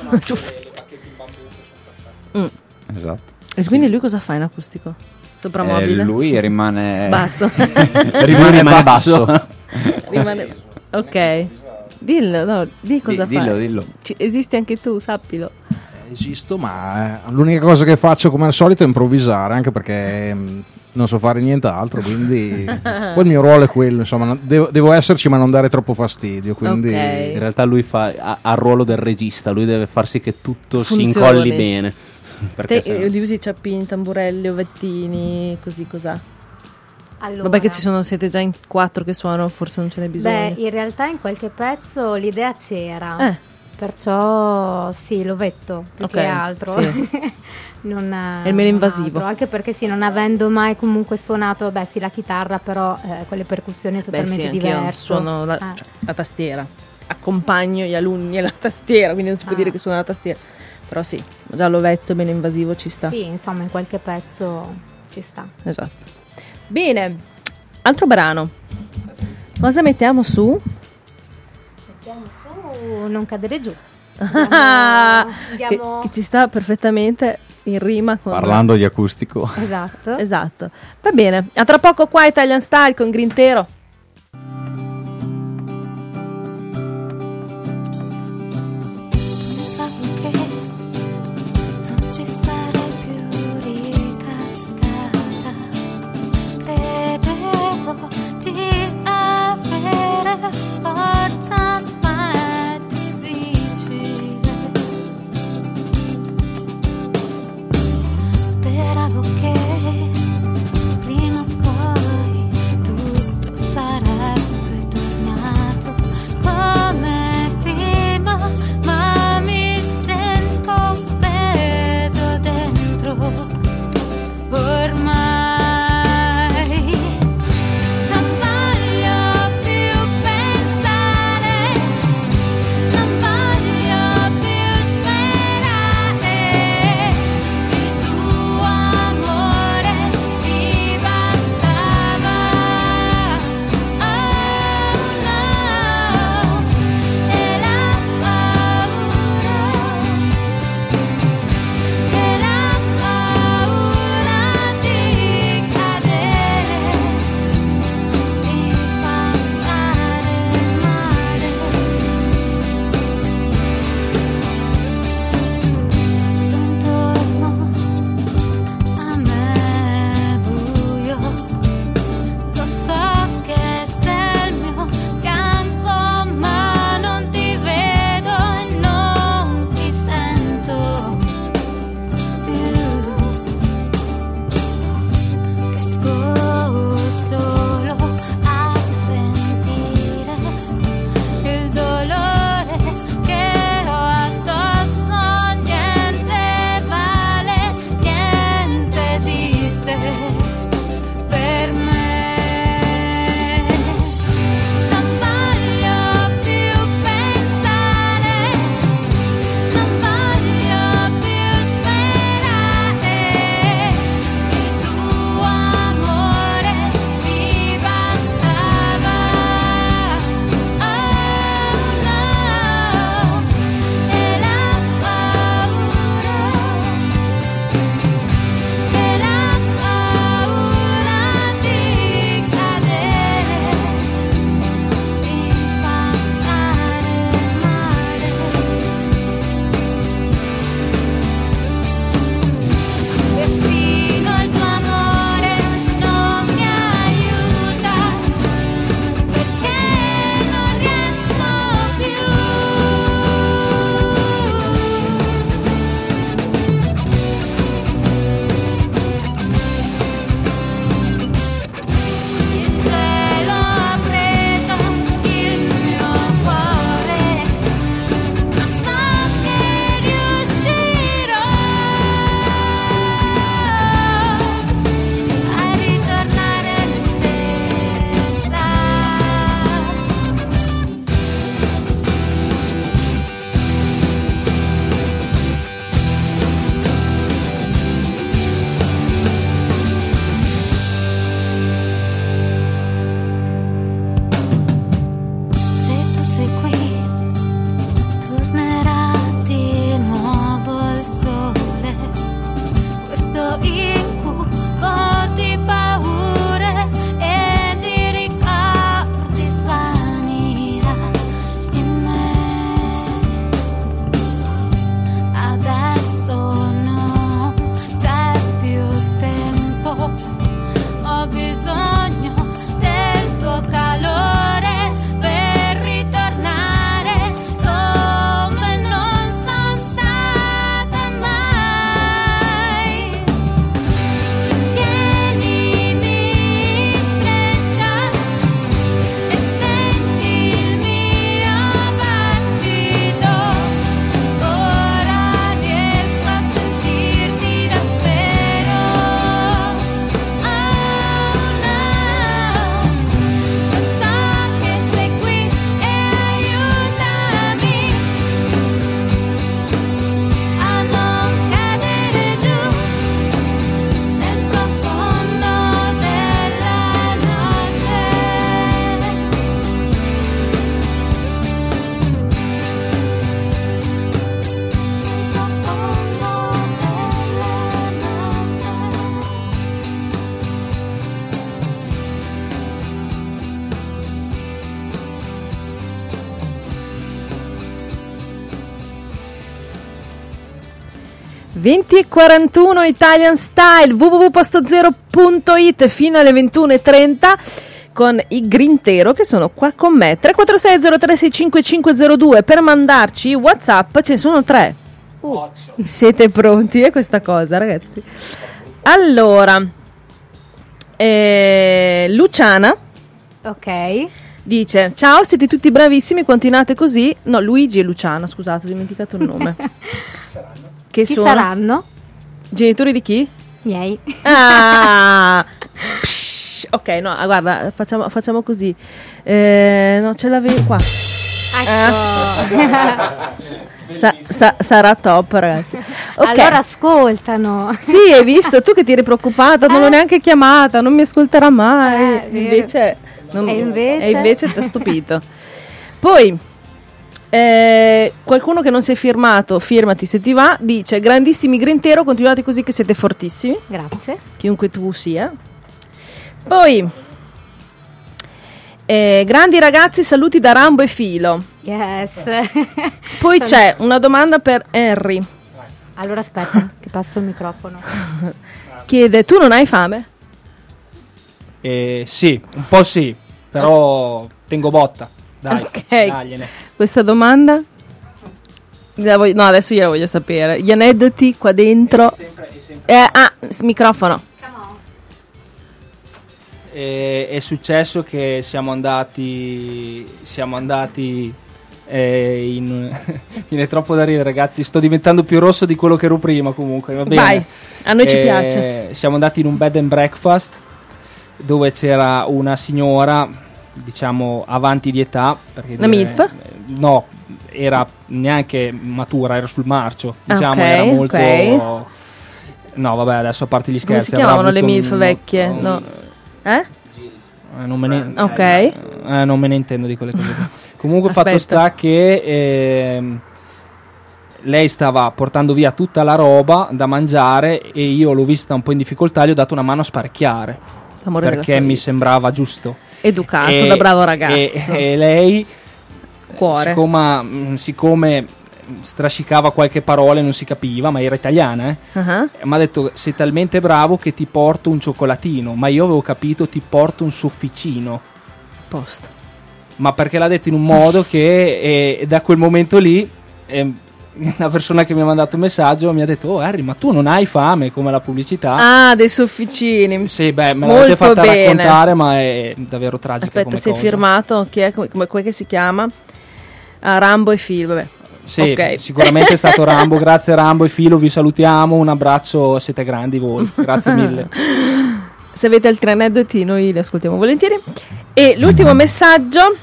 mm. Esatto. E quindi lui cosa fa in acustico? Sopramobile? Eh, lui rimane basso. rimane basso. basso. rimane... Ok. Dillo, no, di cosa di, fai. Dillo, dillo. Ci, esisti anche tu, sappilo. Esisto, ma eh, l'unica cosa che faccio come al solito è improvvisare, anche perché mh, non so fare nient'altro, quindi poi il mio ruolo è quello, insomma, devo, devo esserci ma non dare troppo fastidio, quindi okay. In realtà lui fa ha, ha il ruolo del regista, lui deve far sì che tutto funzioni. Si incolli bene. Te se... li usi ciappini, tamburelli, ovettini, così cos'ha? Allora, vabbè che ci sono, siete già in quattro che suonano, forse non ce n'è bisogno. Beh, in realtà in qualche pezzo l'idea c'era, eh. perciò sì, l'ovetto più okay, che altro. Sì. non, è il meno invasivo. Altro, anche perché sì, non avendo mai comunque suonato, beh sì, la chitarra, però eh, con le percussioni è totalmente beh, sì, diverso. Suono la, eh. cioè, la tastiera, accompagno gli alunni alla tastiera, quindi non si può ah. dire che suona la tastiera. Però sì, già l'ovetto meno invasivo ci sta. Sì, insomma, in qualche pezzo ci sta. Esatto. Bene, altro brano. Cosa mettiamo su? Mettiamo su Non cadere giù. Andiamo, andiamo... Che, che ci sta perfettamente in rima con... Parlando di acustico. Esatto. Esatto. Va bene, a tra poco qua Italian Style con Grintero. Speravo che prima o poi tutto venti e quarantuno Italian Style, w w w punto posto zero punto it fino alle ventuno e trenta con i Grintero che sono qua con me. Tre quattro sei zero tre sei cinque cinque zero due per mandarci WhatsApp, ce ne sono tre. Uh. Siete pronti a questa cosa, ragazzi? Allora, eh, Luciana. Ok. Dice: ciao, siete tutti bravissimi, continuate così. No, Luigi e Luciana, scusate, ho dimenticato il nome. Che chi sono? saranno? Genitori di chi? Miei. Ah! Psh, ok, no, guarda, facciamo, facciamo così. Eh, no, ce l'avevo qua. Ecco. Ah. Sa, sa, sarà top, ragazzi. Okay. Allora ascoltano. Sì, hai visto? Tu che ti eri preoccupata, non eh. l'ho neanche chiamata, non mi ascolterà mai. Eh, invece, non, e invece? E invece ti ha stupito. Poi, eh, qualcuno che non si è firmato, firmati se ti va, dice: grandissimi Grintero, continuate così che siete fortissimi. Grazie. Chiunque tu sia. Poi, eh, grandi ragazzi, saluti da Rambo e Filo. Yes. Poi Sono... c'è una domanda per Henry. Allora aspetta, che passo il microfono. Chiede: tu non hai fame? Eh, sì, un po' sì, però tengo botta. Dai, ok. dagliene. Questa domanda? La voglio, no, adesso gliela voglio sapere. Gli aneddoti qua dentro. È sempre, è sempre. Eh, ah, s- microfono. Eh, è successo che siamo andati. Siamo andati. Eh, in, viene troppo da ridere, ragazzi. Sto diventando più rosso di quello che ero prima. Comunque, va bene. Vai, a noi ci Eh, piace. Siamo andati in un bed and breakfast dove c'era una signora, diciamo, avanti di età. Perché Una dire- milf? No, era neanche matura, era sul marcio. Ah, Diciamo, ok, era molto. ok. No, vabbè, adesso a parte gli Come scherzi. si chiamavano avrà le avuto milf un- vecchie? un- No. Eh? Eh, non me ne, Ok. eh, non me ne intendo di quelle cose. Comunque, fatto Aspetta. sta che ehm, lei stava portando via tutta la roba da mangiare e io l'ho vista un po' in difficoltà e gli ho dato una mano a sparecchiare L'amore della perché sua mi vita. sembrava giusto. Educato E- da bravo ragazzo. E, e lei, Cuore. siccome, mh, siccome strascicava qualche parola e non si capiva, ma era italiana, eh, Uh-huh. mi ha detto: sei talmente bravo che ti porto un cioccolatino, ma io avevo capito ti porto un sofficino. Posto. Ma perché l'ha detto in un modo che eh, da quel momento lì eh, la persona che mi ha mandato il messaggio mi ha detto: oh Harry, ma tu non hai fame come la pubblicità? Ah, dei sofficini. Sì, beh, me Molto l'avete fatta bene. raccontare, ma è davvero tragica. Aspetta, come sei cosa. firmato? Chi è? Come, come quel che si chiama? Ah, Rambo e Phil, vabbè. Sì, Ok. sicuramente è stato Rambo. Grazie Rambo e Filo, vi salutiamo. Un abbraccio, siete grandi voi. Grazie mille. Se avete altri aneddoti noi li ascoltiamo volentieri. E l'ultimo messaggio: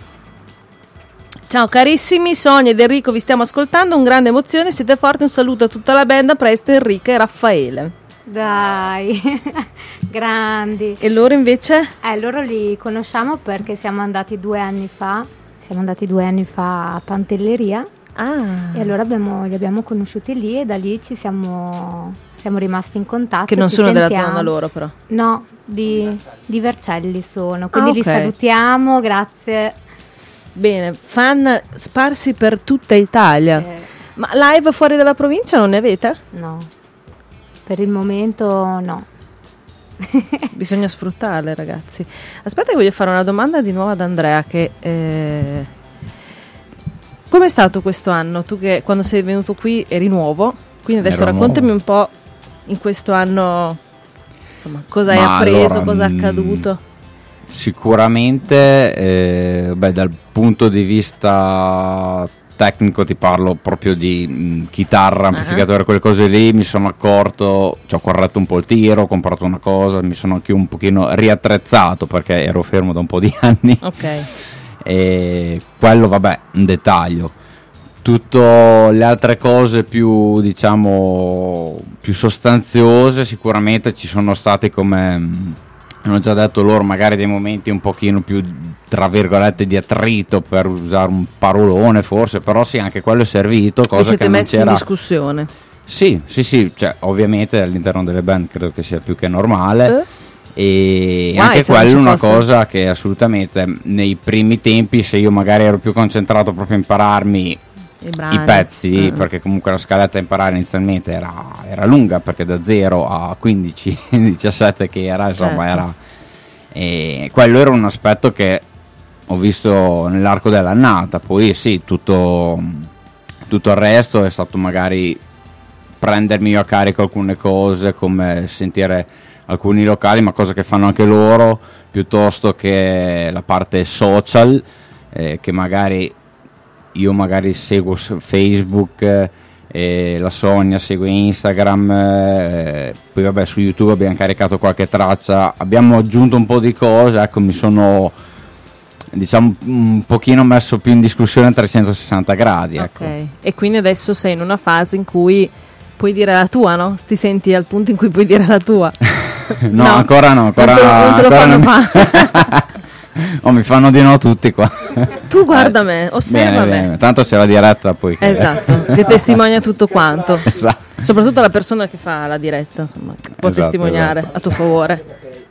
ciao carissimi, Sonia ed Enrico, vi stiamo ascoltando, un grande emozione, siete forti, un saluto a tutta la band, a presto Enrica e Raffaele. Dai, grandi. E loro invece? Eh, loro li conosciamo perché siamo andati due anni fa, siamo andati due anni fa a Pantelleria Ah, e allora abbiamo, li abbiamo conosciuti lì e da lì ci siamo, siamo rimasti in contatto. che non ci sono della sentiamo. zona loro però. No, di, di Vercelli sono, quindi Ah, li ok. salutiamo, grazie. Bene, fan sparsi per tutta Italia. Eh, Ma live fuori dalla provincia non ne avete? no, per il momento no. Bisogna sfruttarle, ragazzi. Aspetta che voglio fare una domanda di nuovo ad Andrea che eh, com'è stato questo anno? Tu che quando sei venuto qui eri nuovo, quindi adesso Ero raccontami nuovo. un po' in questo anno, insomma, cosa hai Ma appreso, allora, cosa è mh, accaduto. Sicuramente, eh, beh, dal punto di vista tecnico ti parlo proprio di mh, chitarra, amplificatore, quelle cose lì, mi sono accorto, ci ho corretto un po' il tiro, ho comprato una cosa, mi sono anche un pochino riattrezzato perché ero fermo da un po' di anni. Ok. E quello vabbè, un dettaglio. Tutte le altre cose più, diciamo, più sostanziose sicuramente ci sono stati, come mh, hanno già detto loro, magari dei momenti un pochino più, tra virgolette, di attrito, per usare un parolone forse, però sì, anche quello è servito, Vi cosa siete che non messi in c'era. discussione. Sì, sì, sì, cioè ovviamente all'interno delle band credo che sia più che normale. Eh? E Guai, anche se non quello è ci una fosse. cosa che assolutamente nei primi tempi, se io magari ero più concentrato proprio a impararmi i, brani. i pezzi, mm. perché comunque la scaletta imparare inizialmente era, era lunga, perché da zero a quindici, diciassette che era, insomma, certo. era... E quello era un aspetto che ho visto nell'arco dell'annata. Poi sì, tutto, tutto il resto è stato magari prendermi io a carico alcune cose, come sentire alcuni locali, ma cose che fanno anche loro, piuttosto che la parte social, eh, che magari io magari seguo su Facebook, eh, la Sonia segue Instagram, eh, poi vabbè su YouTube abbiamo caricato qualche traccia, abbiamo aggiunto un po' di cose, ecco, mi sono, diciamo, un pochino messo più in discussione a trecentosessanta gradi, ecco. Ok, e quindi adesso sei in una fase in cui puoi dire la tua, no? Ti senti al punto in cui puoi dire la tua? no, no, ancora no, ancora non te, non te lo ancora fanno non... fare. Oh, mi fanno di no tutti qua. Tu guarda eh, me, osserva bene, me. bene. Tanto c'è la diretta poi che... Esatto, che testimonia tutto quanto. Esatto. Soprattutto la persona che fa la diretta, insomma, che può Esatto, testimoniare esatto. a tuo favore.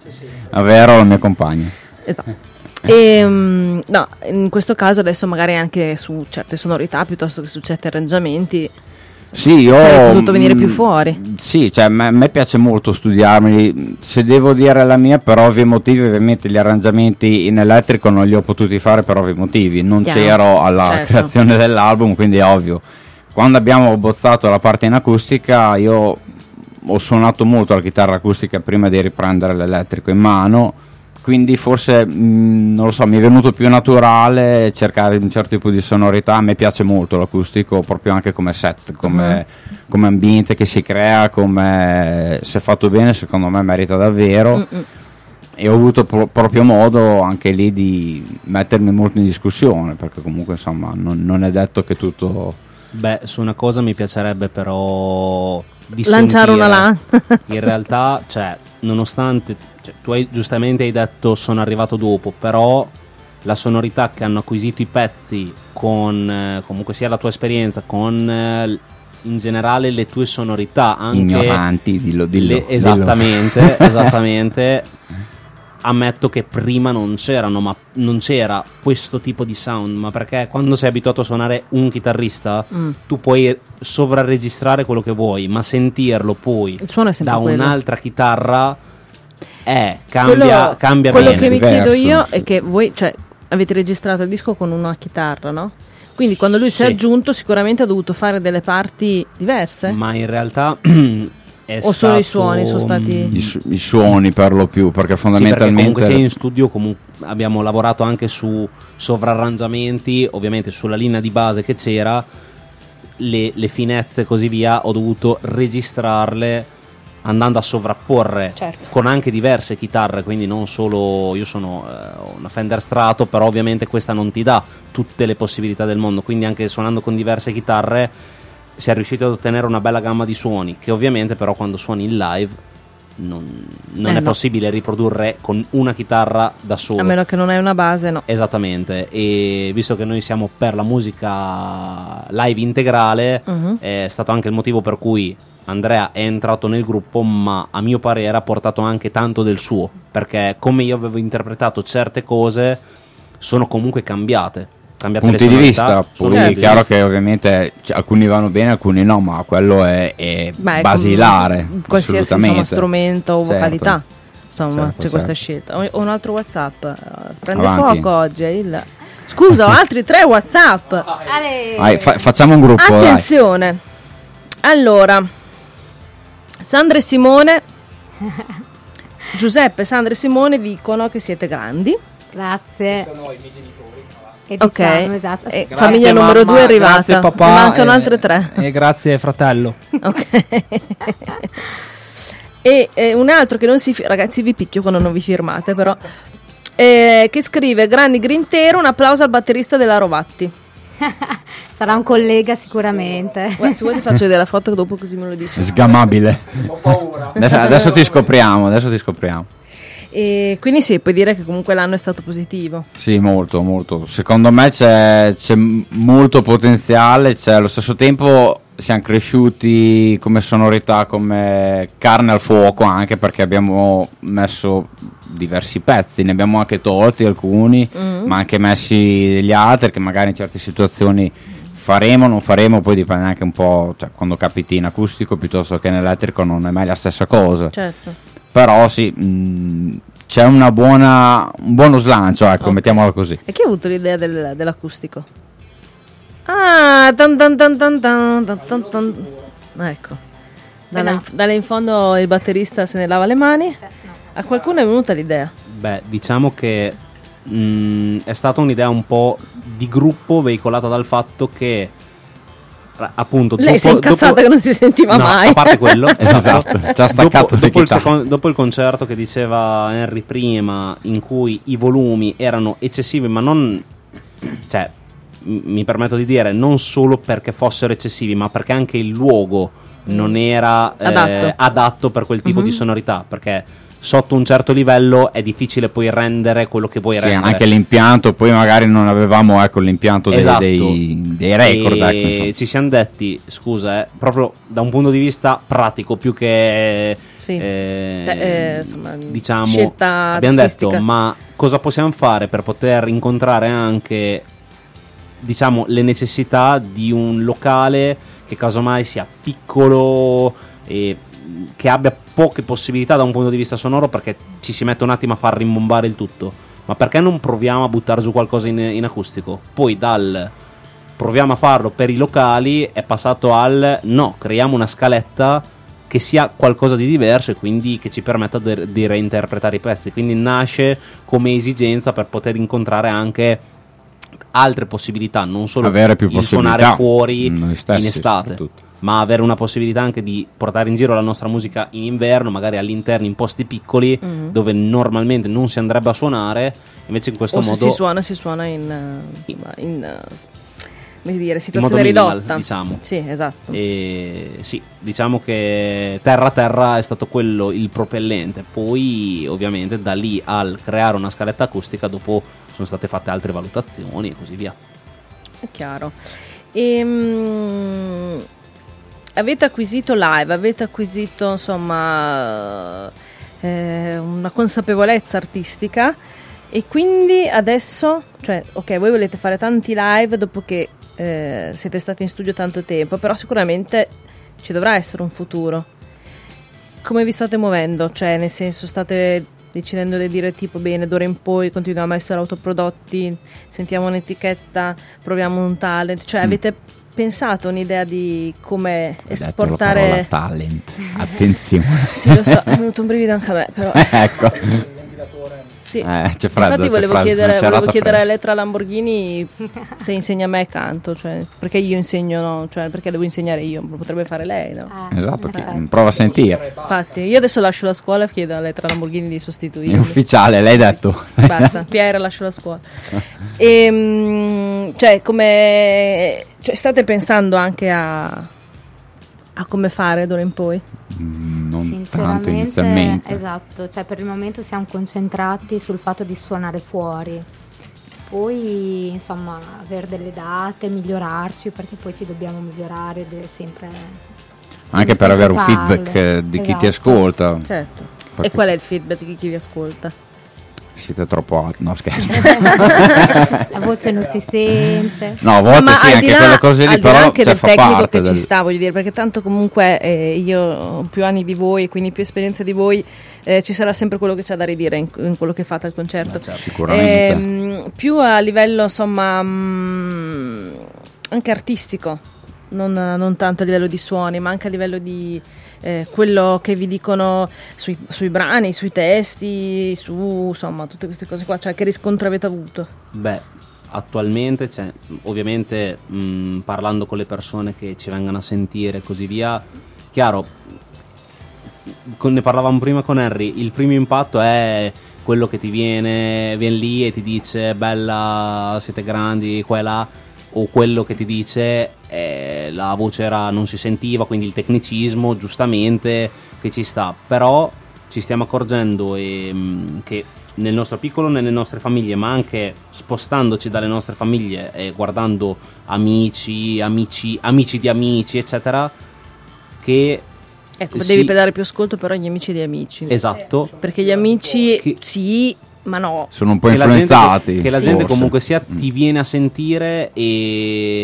È vero, la mia compagna. Esatto. E, um, no, in questo caso adesso magari anche su certe sonorità piuttosto che su certi arrangiamenti Sì, io sarebbe potuto venire più fuori. Sì, cioè a me, a me piace molto studiarmi. Se devo dire la mia, per ovvi motivi, ovviamente gli arrangiamenti in elettrico non li ho potuti fare per ovvi motivi. Non Chiaro. c'ero alla Certo. creazione dell'album, quindi è ovvio. Quando abbiamo bozzato la parte in acustica, io ho suonato molto la chitarra acustica prima di riprendere l'elettrico in mano. Quindi forse, mh, non lo so, mi è venuto più naturale cercare un certo tipo di sonorità. A me piace molto l'acustico, proprio anche come set, come, uh-huh. come ambiente che si crea, come se fatto bene secondo me merita davvero. Uh-uh. E ho avuto pro- proprio modo anche lì di mettermi molto in discussione, perché comunque insomma non, non è detto che tutto... Beh, su una cosa mi piacerebbe però lanciare una là. In realtà, cioè, nonostante, cioè, tu hai, giustamente hai detto sono arrivato dopo, però la sonorità che hanno acquisito i pezzi con eh, comunque sia la tua esperienza, con eh, in generale le tue sonorità, anche ignoranti, dillo, dillo, le, esattamente, dillo. esattamente. Ammetto che prima non c'erano, ma non c'era questo tipo di sound, ma perché quando sei abituato a suonare un chitarrista, mm. tu puoi sovrarregistrare quello che vuoi, ma sentirlo poi da quello. un'altra chitarra eh, cambia, quello, cambia quello bene. Che mi diverso, chiedo io sì. è che voi, cioè, avete registrato il disco con una chitarra, no? Quindi quando lui sì. si è aggiunto sicuramente ha dovuto fare delle parti diverse? Ma in realtà... È o solo i suoni sono stati I, su- i suoni per lo più, perché fondamentalmente sì, perché comunque sia in studio comunque abbiamo lavorato anche su sovrarrangiamenti, ovviamente sulla linea di base che c'era, le, le finezze e così via ho dovuto registrarle andando a sovrapporre, certo. con anche diverse chitarre, quindi non solo io sono eh, una Fender Strato, però ovviamente questa non ti dà tutte le possibilità del mondo, quindi anche suonando con diverse chitarre si è riuscito ad ottenere una bella gamma di suoni, che ovviamente però quando suoni in live non, non eh, è no. possibile riprodurre con una chitarra da solo, a meno che non hai una base, no. Esattamente, e visto che noi siamo per la musica live integrale, uh-huh. è stato anche il motivo per cui Andrea è entrato nel gruppo, ma a mio parere ha portato anche tanto del suo, perché come io avevo interpretato certe cose sono comunque cambiate. Punti di vista, poi certo. È chiaro vista. Che ovviamente cioè, alcuni vanno bene, alcuni no, ma quello è, è Beh, basilare. Qualsiasi insomma, strumento o vocalità, certo. insomma certo, c'è certo. questa scelta. Ho un altro WhatsApp, prende Avanti. fuoco oggi. Il... Scusa, ho altri tre WhatsApp. Vai, fa- facciamo un gruppo. Attenzione. Dai. Allora, Sandra e Simone, Giuseppe, Sandra e Simone dicono che siete grandi. Grazie. E diciamo, ok, esatto. E famiglia mamma, numero due è arrivata. Grazie papà. Ne mancano e, altre tre. E grazie fratello. Ok. E eh, un altro che non si fi- ragazzi vi picchio quando non vi firmate però eh, che scrive grandi Grintero, un applauso al batterista della Rovatti. Sarà un collega sicuramente. Guarda, se vuoi ti faccio vedere la foto dopo così me lo dici. Sgamabile. Ho paura. Adesso, adesso ti scopriamo, adesso ti scopriamo. E quindi sì, puoi dire che comunque l'anno è stato positivo. Sì, molto, molto. Secondo me c'è, c'è molto potenziale, c'è allo stesso tempo siamo cresciuti come sonorità, come carne al fuoco, anche perché abbiamo messo diversi pezzi, ne abbiamo anche tolti alcuni, mm-hmm. ma anche messi degli altri che magari in certe situazioni faremo, non faremo, poi dipende anche un po', cioè, quando capiti in acustico piuttosto che in elettrico non è mai la stessa cosa. Certo. Però sì, mh, c'è una buona, un buono slancio, ecco, okay. Mettiamola così. E chi ha avuto l'idea del, dell'acustico? Ah, tan tan tan tan tan tan tan tan. Ecco, dalle, eh no. dalle in fondo il batterista se ne lava le mani. Eh, no. A qualcuno è venuta l'idea? Beh, diciamo che mh, è stata un'idea un po' di gruppo veicolata dal fatto che appunto lei dopo, si è incazzata dopo, che non si sentiva no, mai. A parte quello, esatto, ci ha staccato dopo, dopo, il secondo, dopo il concerto che diceva Henry prima, in cui i volumi erano eccessivi, ma non, cioè, m- mi permetto di dire, non solo perché fossero eccessivi, ma perché anche il luogo non era eh, adatto. adatto per quel tipo mm-hmm. di sonorità, perché sotto un certo livello è difficile poi rendere quello che vuoi sì, rendere. Anche l'impianto, poi magari non avevamo ecco, l'impianto dei, esatto. dei, dei record. E ecco, ci siamo detti, scusa, eh, proprio da un punto di vista pratico, più che sì. eh, eh, insomma, diciamo, scelta abbiamo artistica. detto, ma cosa possiamo fare per poter incontrare anche, diciamo, le necessità di un locale che casomai sia piccolo e che abbia poche possibilità da un punto di vista sonoro, perché ci si mette un attimo a far rimbombare il tutto. Ma perché non proviamo a buttare giù qualcosa in, in acustico? Poi dal proviamo a farlo per i locali è passato al no, creiamo una scaletta che sia qualcosa di diverso e quindi che ci permetta de- di reinterpretare i pezzi. Quindi nasce come esigenza per poter incontrare anche altre possibilità, non solo avere più il suonare fuori noi stessi, in estate, ma avere una possibilità anche di portare in giro la nostra musica in inverno, magari all'interno in posti piccoli mm-hmm. dove normalmente non si andrebbe a suonare, invece in questo o modo se si suona si suona in, in, in come dire, situazione in modo minimal, ridotta, diciamo. Sì, esatto. E sì, diciamo che terra terra è stato quello il propellente. Poi ovviamente da lì al creare una scaletta acustica dopo sono state fatte altre valutazioni e così via. È chiaro. Ehm, avete acquisito live, avete acquisito insomma eh, una consapevolezza artistica e quindi adesso, cioè ok, voi volete fare tanti live dopo che eh, siete stati in studio tanto tempo, però sicuramente ci dovrà essere un futuro. Come vi state muovendo? Cioè nel senso, state decidendo di dire tipo bene, d'ora in poi continuiamo a essere autoprodotti, sentiamo un'etichetta, proviamo un talent, cioè mm. avete pensato un'idea di come Hai esportare detto la parola talent, attenzione. Sì, lo so, è venuto un brivido anche a me, però ecco. Sì. Eh, c'è freddo, infatti volevo c'è chiedere, volevo chiedere a fresca. Elettra Lamborghini se insegna a me canto, cioè perché io insegno, no? Cioè perché devo insegnare io, lo potrebbe fare lei, no? Eh, esatto, eh. chi, prova a sentire. Infatti io adesso lascio la scuola e chiedo a Elettra Lamborghini di sostituirmi. È ufficiale, l'hai detto. Basta, Pierre lascio la scuola. E, cioè come cioè, state pensando anche a a come fare d'ora in poi? Mm, non tanto Sinceramente, inizialmente. esatto, cioè per il momento siamo concentrati sul fatto di suonare fuori, poi insomma avere delle date, migliorarci, perché poi ci dobbiamo migliorare deve sempre, Anche per avere un feedback farle. di chi Esatto. ti ascolta. Certo. Perché- E qual è il feedback di chi vi ascolta? Siete troppo alti, no scherzo. La voce non si sente. No, a volte Ma sì, al anche di là- quelle cose lì, al di là però anche cioè, del fa tecnico parte che del... ci sta, voglio dire, perché tanto comunque eh, io ho più anni di voi e quindi più esperienza di voi, eh, ci sarà sempre quello che c'ha da ridire in, in quello che fate al concerto. Beh, certo. Sicuramente. Ehm, più a livello insomma mh, anche artistico, non, non tanto a livello di suoni, ma anche a livello di eh, quello che vi dicono sui, sui brani, sui testi, su insomma tutte queste cose qua, cioè che riscontro avete avuto? Beh, attualmente, cioè, ovviamente mh, parlando con le persone che ci vengono a sentire e così via, chiaro, con, ne parlavamo prima con Henry, il primo impatto è quello che ti viene, viene lì e ti dice bella, siete grandi, qua e là, o quello che ti dice eh, la voce era, non si sentiva, quindi il tecnicismo giustamente che ci sta, però ci stiamo accorgendo e, mh, che nel nostro piccolo, nelle nostre famiglie, ma anche spostandoci dalle nostre famiglie e guardando amici, amici, amici di amici, eccetera, che Ecco, sì, devi dare più ascolto però agli amici degli amici. esatto, Perché gli amici Che- sì, ma no. Sono un po' che la gente, influenzati. che la forse. gente comunque sia Mm. ti viene a sentire e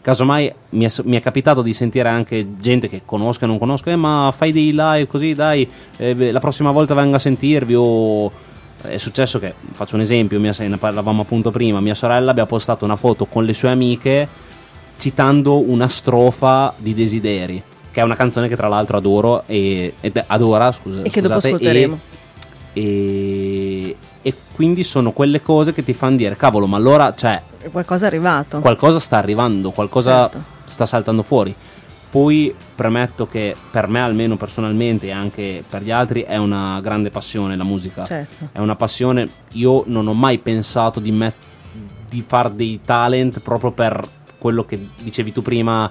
casomai mi è, mi è capitato di sentire anche gente che conosco e non conosco, eh, ma fai dei live così, dai, eh, la prossima volta venga a sentirvi. O è successo che, faccio un esempio, mia, ne parlavamo appunto prima, mia sorella abbia postato una foto con le sue amiche citando una strofa di Desideri, che è una canzone che tra l'altro adoro e, ed adora, scusa, e che scusate, dopo ascolteremo. E, e, e quindi sono quelle cose che ti fanno dire cavolo, ma allora cioè qualcosa è arrivato, qualcosa sta arrivando, qualcosa certo. sta saltando fuori. Poi premetto che per me, almeno personalmente e anche per gli altri, è una grande passione la musica, certo. È una passione. Io non ho mai pensato di, met- di far dei talent proprio per quello che dicevi tu prima,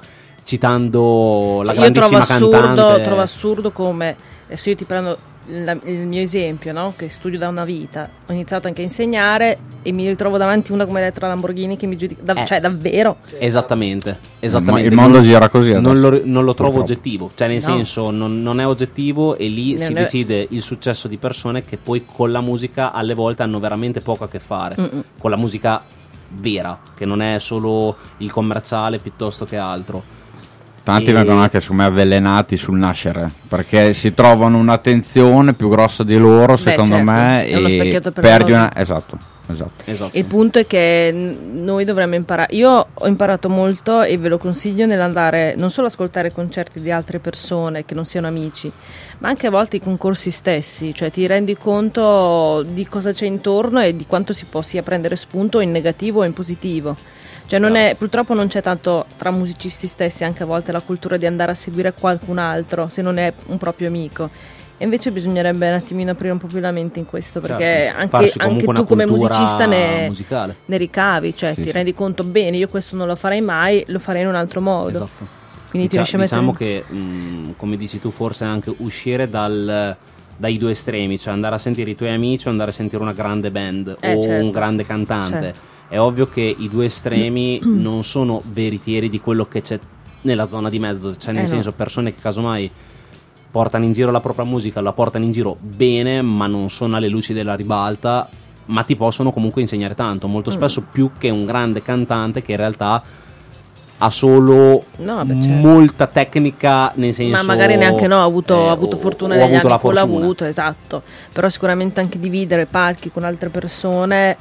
citando la cioè, grandissima io trovo cantante. assurdo, trovo assurdo come, adesso io ti prendo la, il mio esempio, no? Che studio da una vita, ho iniziato anche a insegnare e mi ritrovo davanti una come Elettra Lamborghini che mi giudica, da, eh. cioè davvero. Esattamente, esattamente. Il mondo non, gira così adesso. Non lo, non lo trovo Purtroppo. oggettivo, cioè nel No. senso non, non è oggettivo, e lì Non si è- decide il successo di persone che poi con la musica alle volte hanno veramente poco a che fare, Mm-mm. con la musica vera, che non è solo il commerciale piuttosto che altro. Tanti E- vengono anche secondo me avvelenati sul nascere, perché si trovano un'attenzione più grossa di loro, secondo certo, me, è uno e specchietto per perdi loro. una... esatto, esatto. Esatto. Il punto è che n- noi dovremmo imparare. Io ho imparato molto e ve lo consiglio nell'andare non solo ascoltare concerti di altre persone che non siano amici, ma anche a volte i concorsi stessi, cioè ti rendi conto di cosa c'è intorno e di quanto si può sia prendere spunto in negativo o in positivo. Cioè non è, purtroppo non c'è tanto tra musicisti stessi anche a volte la cultura di andare a seguire qualcun altro se non è un proprio amico. E invece bisognerebbe un attimino aprire un po' più la mente in questo, perché Certo, anche, farsi anche comunque tu una come cultura musicista ne, musicale. ne ricavi, cioè Sì, ti sì. rendi conto bene, io questo non lo farei mai, lo farei in un altro modo. Esatto. Quindi ti Dicia- riesci a mettere diciamo che mh, come dici tu, forse anche uscire dal, dai due estremi, cioè andare a sentire i tuoi amici o andare a sentire una grande band Eh, o certo. un grande cantante. Certo. È ovvio che i due estremi non sono veritieri di quello che c'è nella zona di mezzo, cioè nel Eh, no. senso persone che casomai portano in giro la propria musica, la portano in giro bene, ma non sono alle luci della ribalta, ma ti possono comunque insegnare tanto, molto spesso più che un grande cantante che in realtà ha solo No, vabbè, certo. molta tecnica, nel senso, ma magari neanche no, ha avuto, eh, ha avuto o- fortuna o negli ha avuto anni, la quello ha fortuna. avuto, esatto. Però sicuramente anche dividere palchi con altre persone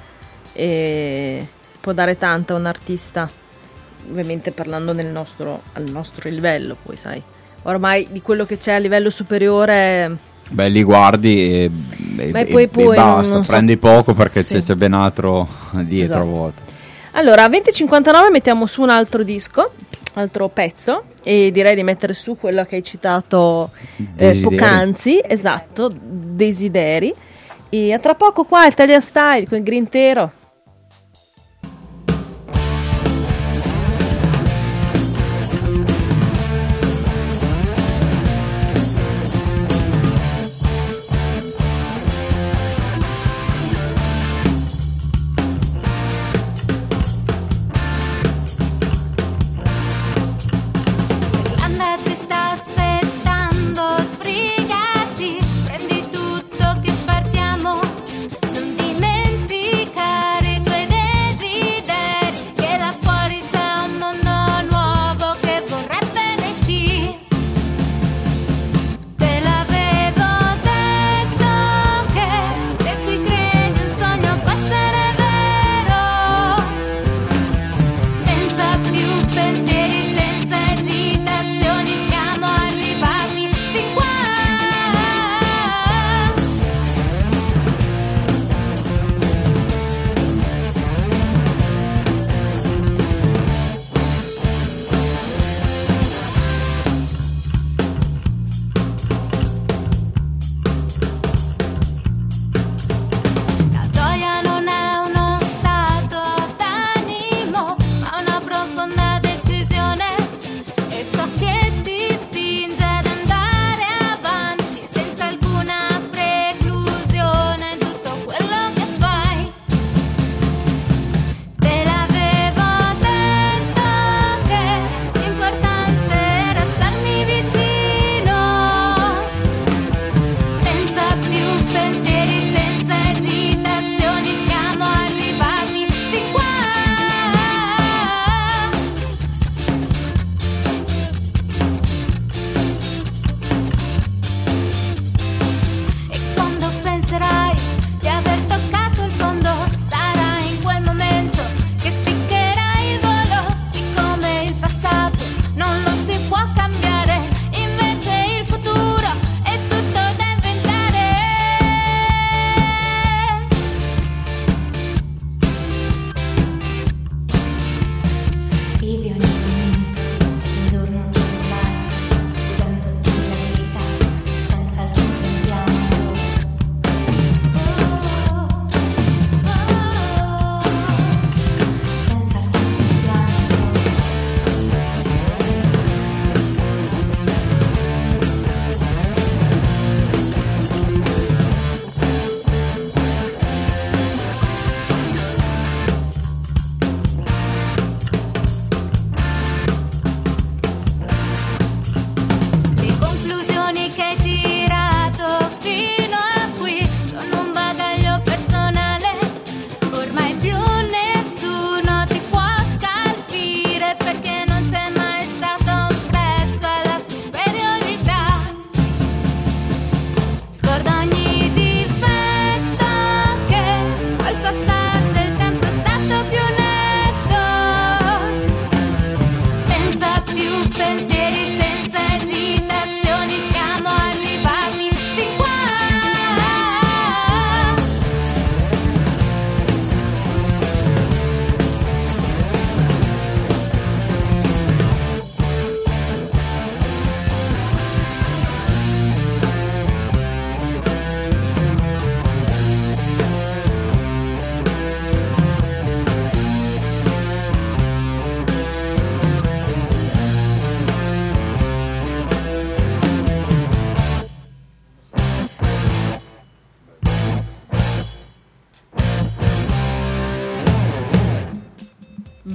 eh, può dare tanto a un artista, ovviamente parlando nel nostro, al nostro livello, poi sai, ormai di quello che c'è a livello superiore. Beh, li guardi e, e, Ma e- poi- e poi basta, non so- prendi poco perché Sì. c'è, c'è ben altro dietro Esatto. a volte. Allora, a venti cinquantanove mettiamo su un altro disco, altro pezzo, e direi di mettere su quello che hai citato eh, Desideri. poc'anzi, esatto, Desideri. E a tra poco qua Italian Style con il Grintero. Anna ci sta aspettando, sbrigati, prendi tutto che partiamo, non dimenticare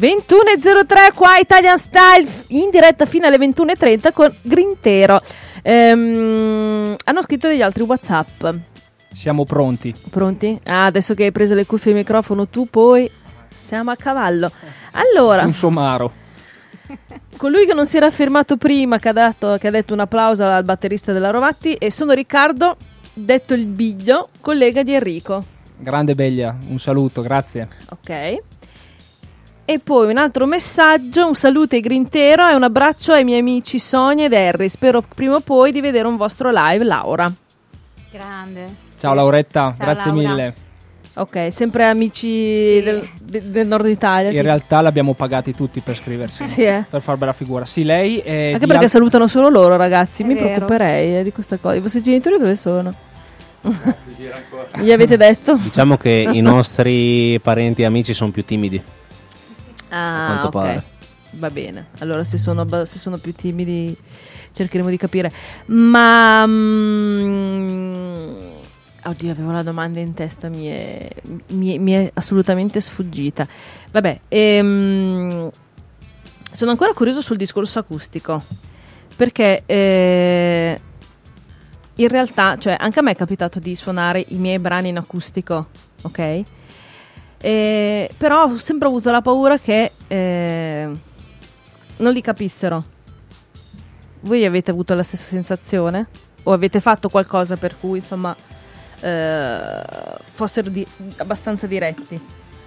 ventuno e zero tre qua Italian Style in diretta fino alle ventuno e trenta con Grintero. Ehm, hanno scritto degli altri WhatsApp. Siamo pronti. Pronti? Ah, adesso che hai preso le cuffie e il microfono tu poi siamo a cavallo. Allora, un somaro. Colui che non si era fermato prima, che ha, dato, che ha detto un applauso al batterista della Rovatti, e sono Riccardo, detto il Biglio, collega di Enrico. Grande Beglia, un saluto, grazie. Ok. E poi un altro messaggio, un saluto ai Grintero e un abbraccio ai miei amici Sonia ed Harry. Spero prima o poi di vedere un vostro live, Laura. Grande. Ciao Lauretta, Ciao, grazie Laura. mille. Ok, sempre amici Sì. del, de- del nord Italia. In realtà l'abbiamo pagati tutti per scriversi. Sì, eh. Per far bella figura. Sì, lei è Anche di perché al- salutano solo loro, ragazzi. È Mi vero. preoccuperei eh, di questa cosa. I vostri genitori dove sono? Gli avete detto? Diciamo che i nostri parenti e amici sono più timidi. Ah, quanto ok. pare. Va bene. Allora, se sono, abba- se sono più timidi, cercheremo di capire. Ma. mm, oddio, avevo la domanda in testa, mi è, mi è- mi è assolutamente sfuggita. Vabbè, ehm, sono ancora curioso sul discorso acustico. Perché. eh, in realtà, cioè, anche a me è capitato di suonare i miei brani in acustico, ok? Eh, però ho sempre avuto la paura che eh, non li capissero. Voi avete avuto la stessa sensazione? O avete fatto qualcosa per cui, insomma, eh, fossero di- abbastanza diretti?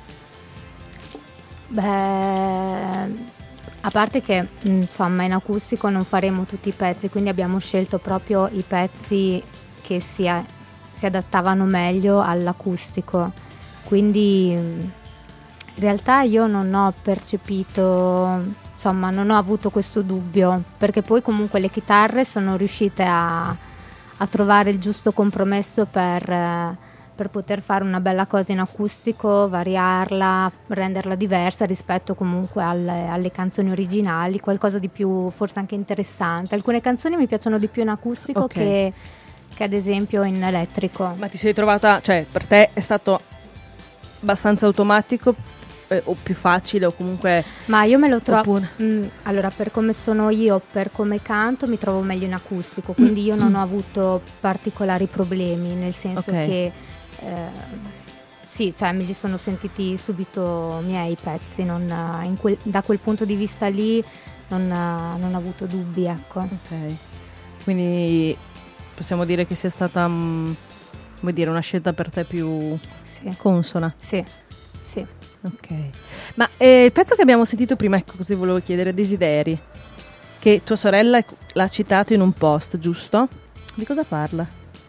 Beh, a parte che mh, insomma in acustico non faremo tutti i pezzi, quindi abbiamo scelto proprio i pezzi che si, a- si adattavano meglio all'acustico. Quindi mh, in realtà io non ho percepito, insomma non ho avuto questo dubbio, perché poi comunque le chitarre sono riuscite a, a trovare il giusto compromesso per... eh, per poter fare una bella cosa in acustico, variarla, renderla diversa rispetto comunque alle, alle canzoni originali, qualcosa di più forse anche interessante. Alcune canzoni mi piacciono di più in acustico Ok. che, che ad esempio in elettrico. Ma ti sei trovata, cioè, per te è stato abbastanza automatico eh, o più facile o comunque... Ma io me lo trovo, Oppure- mm, allora per come sono io, per come canto, mi trovo meglio in acustico, quindi io non ho avuto particolari problemi, nel senso Ok. che eh, sì, cioè me li sono sentiti subito miei i pezzi, non, eh, in quel- da quel punto di vista lì non, eh, non ho avuto dubbi, ecco. Ok. Quindi possiamo dire che sia stata, mm, come dire, una scelta per te più Sì, consona. sì, sì. Ok. Ma eh, il pezzo che abbiamo sentito prima, ecco, così volevo chiedere, Desideri, che tua sorella l'ha citato in un post, giusto? Di cosa parla?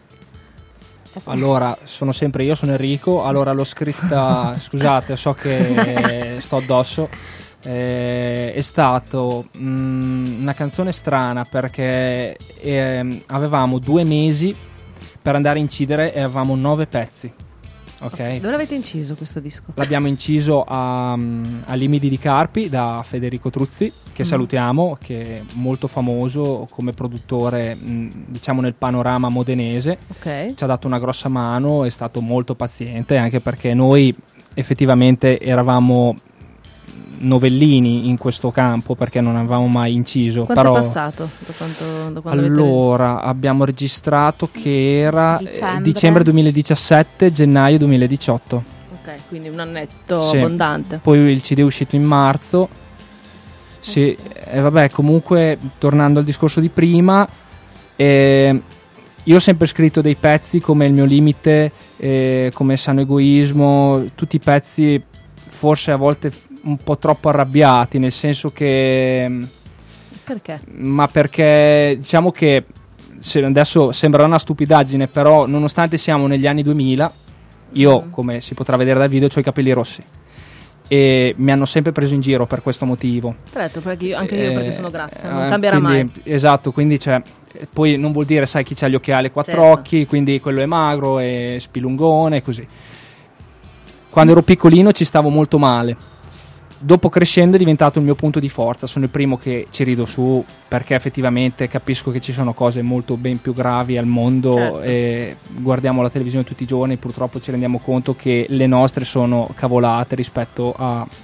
Allora, sono sempre io, sono Enrico. Allora, l'ho scritta, scusate, so che sto addosso. Eh, è stato mm, una canzone strana perché ehm, avevamo due mesi per andare a incidere e avevamo nove pezzi. Ok? Dove l'avete inciso questo disco? L'abbiamo inciso a, a Limidi di Carpi da Federico Truzzi, che Mm. salutiamo, che è molto famoso come produttore, mh, diciamo nel panorama modenese. Ok. Ci ha dato una grossa mano, è stato molto paziente, anche perché noi effettivamente eravamo novellini in questo campo perché non avevamo mai inciso. Quanto però è passato da, quanto, da quando avete... allora abbiamo registrato che era eh, Dicembre. dicembre duemiladiciassette, gennaio duemiladiciotto. Ok, quindi un annetto Sì. abbondante. Poi il C D è uscito in marzo. Sì, e vabbè, comunque tornando al discorso di prima, eh, io ho sempre scritto dei pezzi come Il mio limite, eh, come Sano egoismo, tutti i pezzi forse a volte f- un po' troppo arrabbiati, nel senso che... Perché? Ma perché diciamo che se adesso sembrerà una stupidaggine, però nonostante siamo negli anni duemila, io Mm. come si potrà vedere dal video ho i capelli rossi e mi hanno sempre preso in giro per questo motivo. Tra l'altro, perché io- anche io Eh, perché sono grassa, non eh, cambierà quindi- mai. Esatto, quindi cioè, eh, poi non vuol dire, sai, chi c'ha gli occhiali e quattro Certo. occhi, quindi quello è magro e spilungone e così. Quando ero piccolino ci stavo molto male. Dopo crescendo è diventato il mio punto di forza, sono il primo che ci rido su perché effettivamente capisco che ci sono cose molto ben più gravi al mondo. Certo. E guardiamo la televisione tutti i giorni, purtroppo ci rendiamo conto che le nostre sono cavolate rispetto a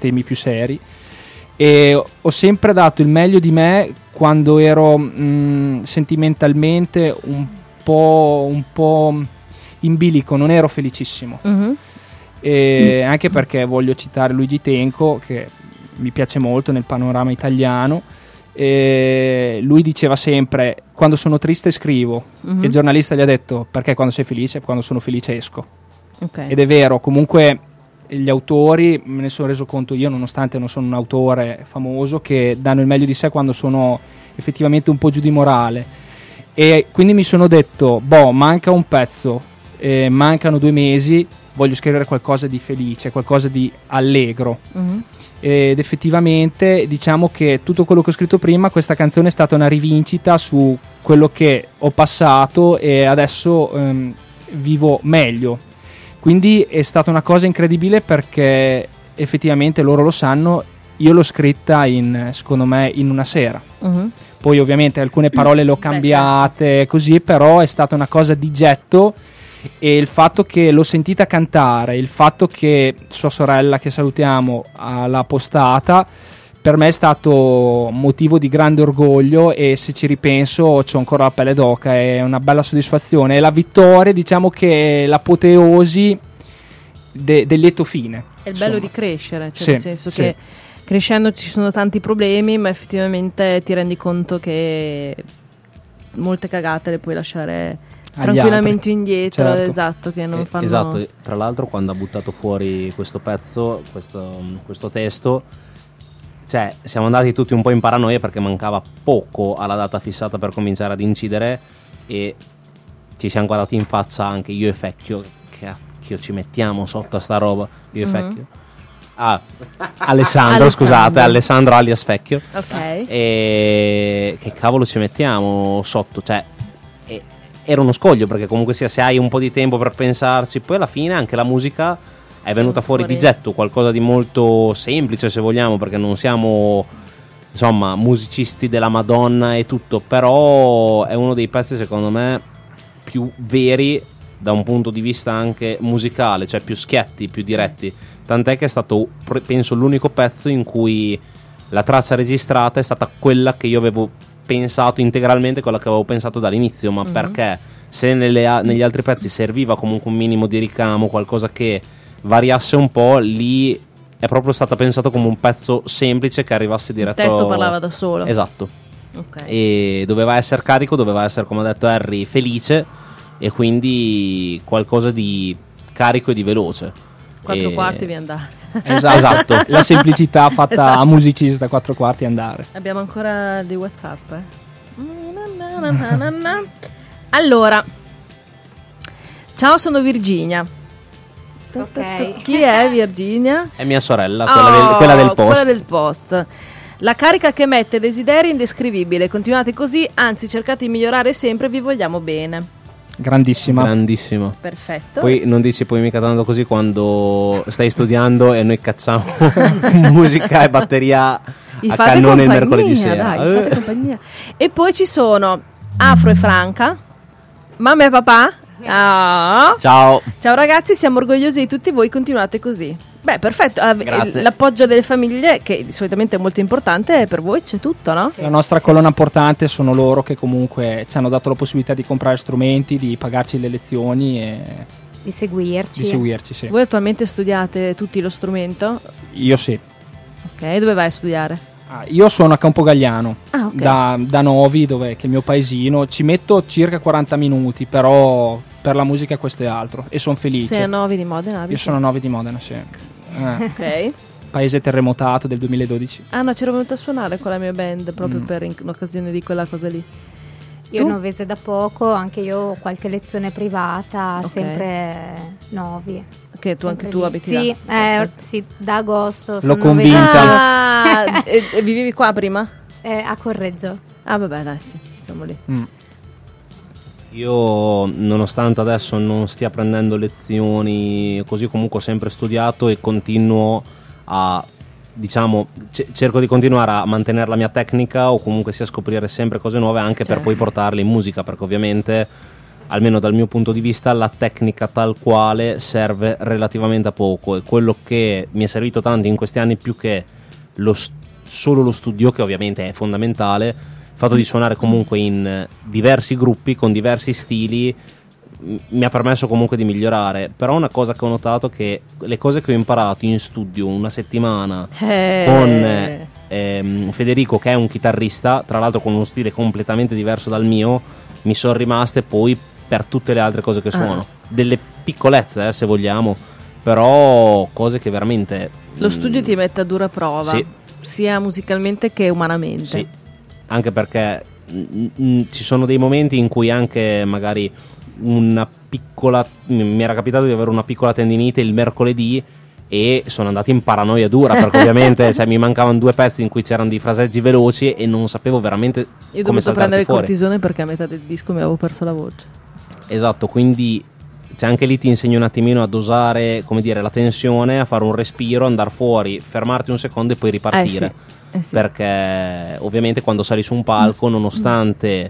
temi più seri, e ho sempre dato il meglio di me quando ero mh, sentimentalmente un po', un po' in bilico, non ero felicissimo. Mm-hmm. E mm. anche perché voglio citare Luigi Tenco, che mi piace molto nel panorama italiano. E lui diceva sempre: quando sono triste scrivo. Mm-hmm. E il giornalista gli ha detto: perché quando sei felice? Quando sono felice esco. Okay. Ed è vero, comunque gli autori, me ne sono reso conto io, nonostante non sono un autore famoso, che danno il meglio di sé quando sono effettivamente un po' giù di morale. E quindi mi sono detto: boh, manca un pezzo, eh, mancano due mesi, voglio scrivere qualcosa di felice, qualcosa di allegro. Mm-hmm. Ed effettivamente diciamo che tutto quello che ho scritto prima, questa canzone è stata una rivincita su quello che ho passato e adesso ehm, vivo meglio. Quindi è stata una cosa incredibile, perché effettivamente loro lo sanno, io l'ho scritta in, secondo me, in una sera. Uh-huh. Poi ovviamente alcune parole le ho cambiate, beh, certo, così, però è stata una cosa di getto. E il fatto che l'ho sentita cantare, il fatto che sua sorella, che salutiamo, l'ha postata, per me è stato motivo di grande orgoglio, e se ci ripenso c'ho ancora la pelle d'oca, è una bella soddisfazione. E la vittoria, diciamo che è l'apoteosi de- del lieto fine. È il bello di crescere, cioè sì, nel senso sì, che crescendo ci sono tanti problemi, ma effettivamente ti rendi conto che molte cagate le puoi lasciare tranquillamente indietro, certo, esatto, che non eh, fanno... Esatto, tra l'altro quando ha buttato fuori questo pezzo, questo, questo testo, cioè siamo andati tutti un po' in paranoia, perché mancava poco alla data fissata per cominciare ad incidere, e ci siamo guardati in faccia anche io e Fecchio, che cacchio ci mettiamo sotto a sta roba, io e mm-hmm. Fecchio. Ah, Alessandro, Alessandro, scusate, Alessandro alias Fecchio. Ok. E che cavolo ci mettiamo sotto, cioè e, era uno scoglio, perché comunque sia, se hai un po' di tempo per pensarci, poi alla fine anche la musica è venuta fuori di getto, qualcosa di molto semplice, se vogliamo, perché non siamo insomma musicisti della Madonna e tutto, però è uno dei pezzi secondo me più veri da un punto di vista anche musicale, cioè più schietti, più diretti, tant'è che è stato, penso, l'unico pezzo in cui la traccia registrata è stata quella che io avevo pensato integralmente, quella che avevo pensato dall'inizio, ma mm-hmm. perché se nelle, negli altri pezzi serviva comunque un minimo di ricamo, qualcosa che variasse un po', lì è proprio stato pensato come un pezzo semplice che arrivasse diretto. Il testo parlava da solo. Esatto. Okay. E doveva essere carico, doveva essere, come ha detto Harry, felice, e quindi qualcosa di carico e di veloce. Quattro e... quarti vi andare. Esatto, esatto. La semplicità fatta esatto. a musicista, quattro quarti andare. Abbiamo ancora di WhatsApp, eh? Allora, ciao, sono Virginia. Ok. Chi è Virginia? È mia sorella, quella, oh, del, quella del post. Quella del post. La carica che mette desideri indescrivibile. Continuate così, anzi cercate di migliorare sempre, vi vogliamo bene. Grandissima. Grandissimo. Perfetto. Poi non dici poi mica tanto così quando stai studiando e noi cacciamo musica e batteria vi a cannone il mercoledì sera. Dai, fate compagnia. E poi ci sono Afro e Franca, mamma e papà. Oh. Ciao. Ciao ragazzi, siamo orgogliosi di tutti voi, continuate così. Beh, perfetto. Grazie. L'appoggio delle famiglie, che solitamente è molto importante, per voi c'è tutto, no? La nostra colonna portante sono loro, che comunque ci hanno dato la possibilità di comprare strumenti, di pagarci le lezioni e di seguirci. Di seguirci, sì. Voi attualmente studiate tutti lo strumento? Io sì. Ok, dove vai a studiare? Ah, io sono a Campogagliano, ah, okay. da, da Novi, dove, che è il mio paesino. Ci metto circa quaranta minuti, però per la musica questo è altro, e sono felice. Sei a Novi di Modena? Abiti? Io sono a Novi di Modena, sì. Eh. Ok. Paese terremotato del duemiladodici. Ah no, c'ero venuta a suonare con la mia band proprio mm. per in, in occasione di quella cosa lì. Io tu? Novese da poco, anche io ho qualche lezione privata, okay. sempre Novi. Che tu anche tu abiti sì, là? Eh, sì, da agosto. L'ho convinta. Ah, e, e vivevi qua prima? Eh, a Correggio. Ah vabbè, dai, sì, siamo lì. Mm. Io, nonostante adesso non stia prendendo lezioni, così comunque ho sempre studiato e continuo a, diciamo, c- cerco di continuare a mantenere la mia tecnica, o comunque sia scoprire sempre cose nuove, anche certo. per poi portarle in musica, perché ovviamente almeno dal mio punto di vista, la tecnica tal quale serve relativamente a poco, e quello che mi è servito tanto in questi anni, più che lo st- solo lo studio, che ovviamente è fondamentale, il fatto di suonare comunque in diversi gruppi con diversi stili m- mi ha permesso comunque di migliorare. Però una cosa che ho notato, che le cose che ho imparato in studio una settimana Eh. con ehm, Federico, che è un chitarrista, tra l'altro con uno stile completamente diverso dal mio, mi sono rimaste poi per tutte le altre cose che suono. Ah. Delle piccolezze, eh, se vogliamo, però cose che veramente Lo studio ti mette a dura prova, sì. sia musicalmente che umanamente. Sì, anche perché mh, mh, ci sono dei momenti in cui anche magari una piccola, mi era capitato di avere una piccola tendinite il mercoledì e sono andato in paranoia dura, perché ovviamente cioè, mi mancavano due pezzi in cui c'erano dei fraseggi veloci e non sapevo veramente Io ho come dovuto saltarsi prendere il fuori. cortisone perché a metà del disco mi avevo perso la voce. Esatto, quindi cioè, anche lì ti insegno un attimino a dosare, come dire, la tensione, a fare un respiro, andare fuori, fermarti un secondo e poi ripartire. Eh sì, eh sì. Perché ovviamente quando sali su un palco, nonostante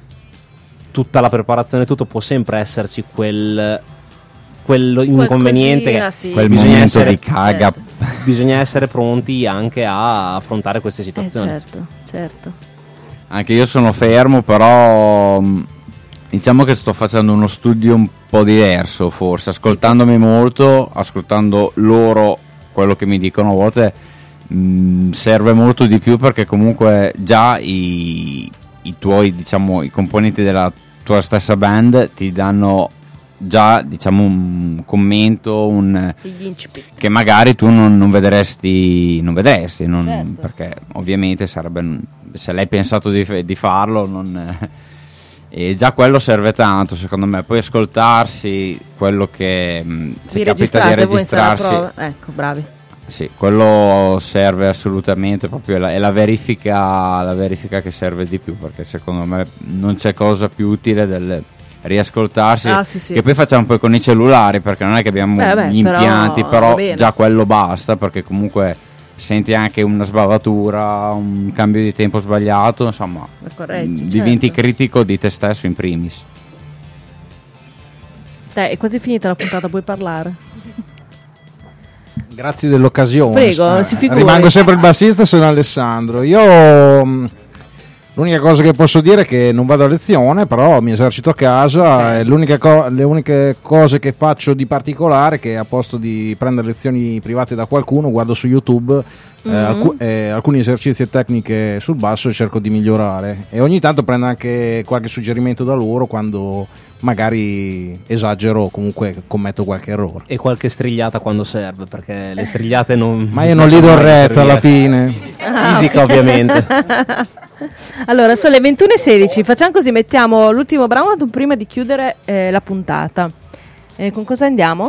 tutta la preparazione, tutto, può sempre esserci quel quello inconveniente che Qualcosina, sì. Quel bisogna momento essere, di caga. bisogna essere pronti anche a affrontare queste Eh situazioni. certo, certo. Anche io sono fermo, però mh, diciamo che sto facendo uno studio un po' diverso, forse, ascoltandomi molto, ascoltando loro, quello che mi dicono a volte mh, serve molto di più, perché comunque già i, i tuoi, diciamo, i componenti della tua stessa band ti danno già, diciamo, un commento, un Gli incipit. che magari tu non, non vedresti, non vedresti, non- Certo. perché ovviamente sarebbe, se l'hai pensato di, di farlo, non, e già quello serve tanto secondo me. Poi ascoltarsi quello che mh, se Vi capita di registrate voi in sala registrarsi, prova? Ecco, bravi. sì, quello serve assolutamente, proprio è la, è la verifica, la verifica che serve di più, perché secondo me non c'è cosa più utile del riascoltarsi, Ah, sì, sì. che poi facciamo poi con i cellulari, perché non è che abbiamo Beh, beh, gli però impianti, va però bene. già quello basta, perché comunque senti anche una sbavatura, un cambio di tempo sbagliato, insomma La correggi, mh, diventi certo. critico di te stesso in primis. Dai, è quasi finita la puntata, puoi parlare. Grazie dell'occasione. Prego, Eh, si figuri. Rimango sempre il bassista, sono Alessandro. Io mh, l'unica cosa che posso dire è che non vado a lezione, però mi esercito a casa. E l'unica co- le uniche cose che faccio di particolare è che, a posto di prendere lezioni private da qualcuno, guardo su YouTube eh, Mhm. alcu- eh, alcuni esercizi e tecniche sul basso e cerco di migliorare. E ogni tanto prendo anche qualche suggerimento da loro quando magari esagero o comunque commetto qualche errore. E qualche strigliata quando serve, perché le strigliate non Ma io non li do mai retta alla servire. fine. Fisica ovviamente. Allora, sono le ventuno e sedici. Facciamo così, mettiamo l'ultimo brano prima di chiudere eh, la puntata. Eh, con cosa andiamo?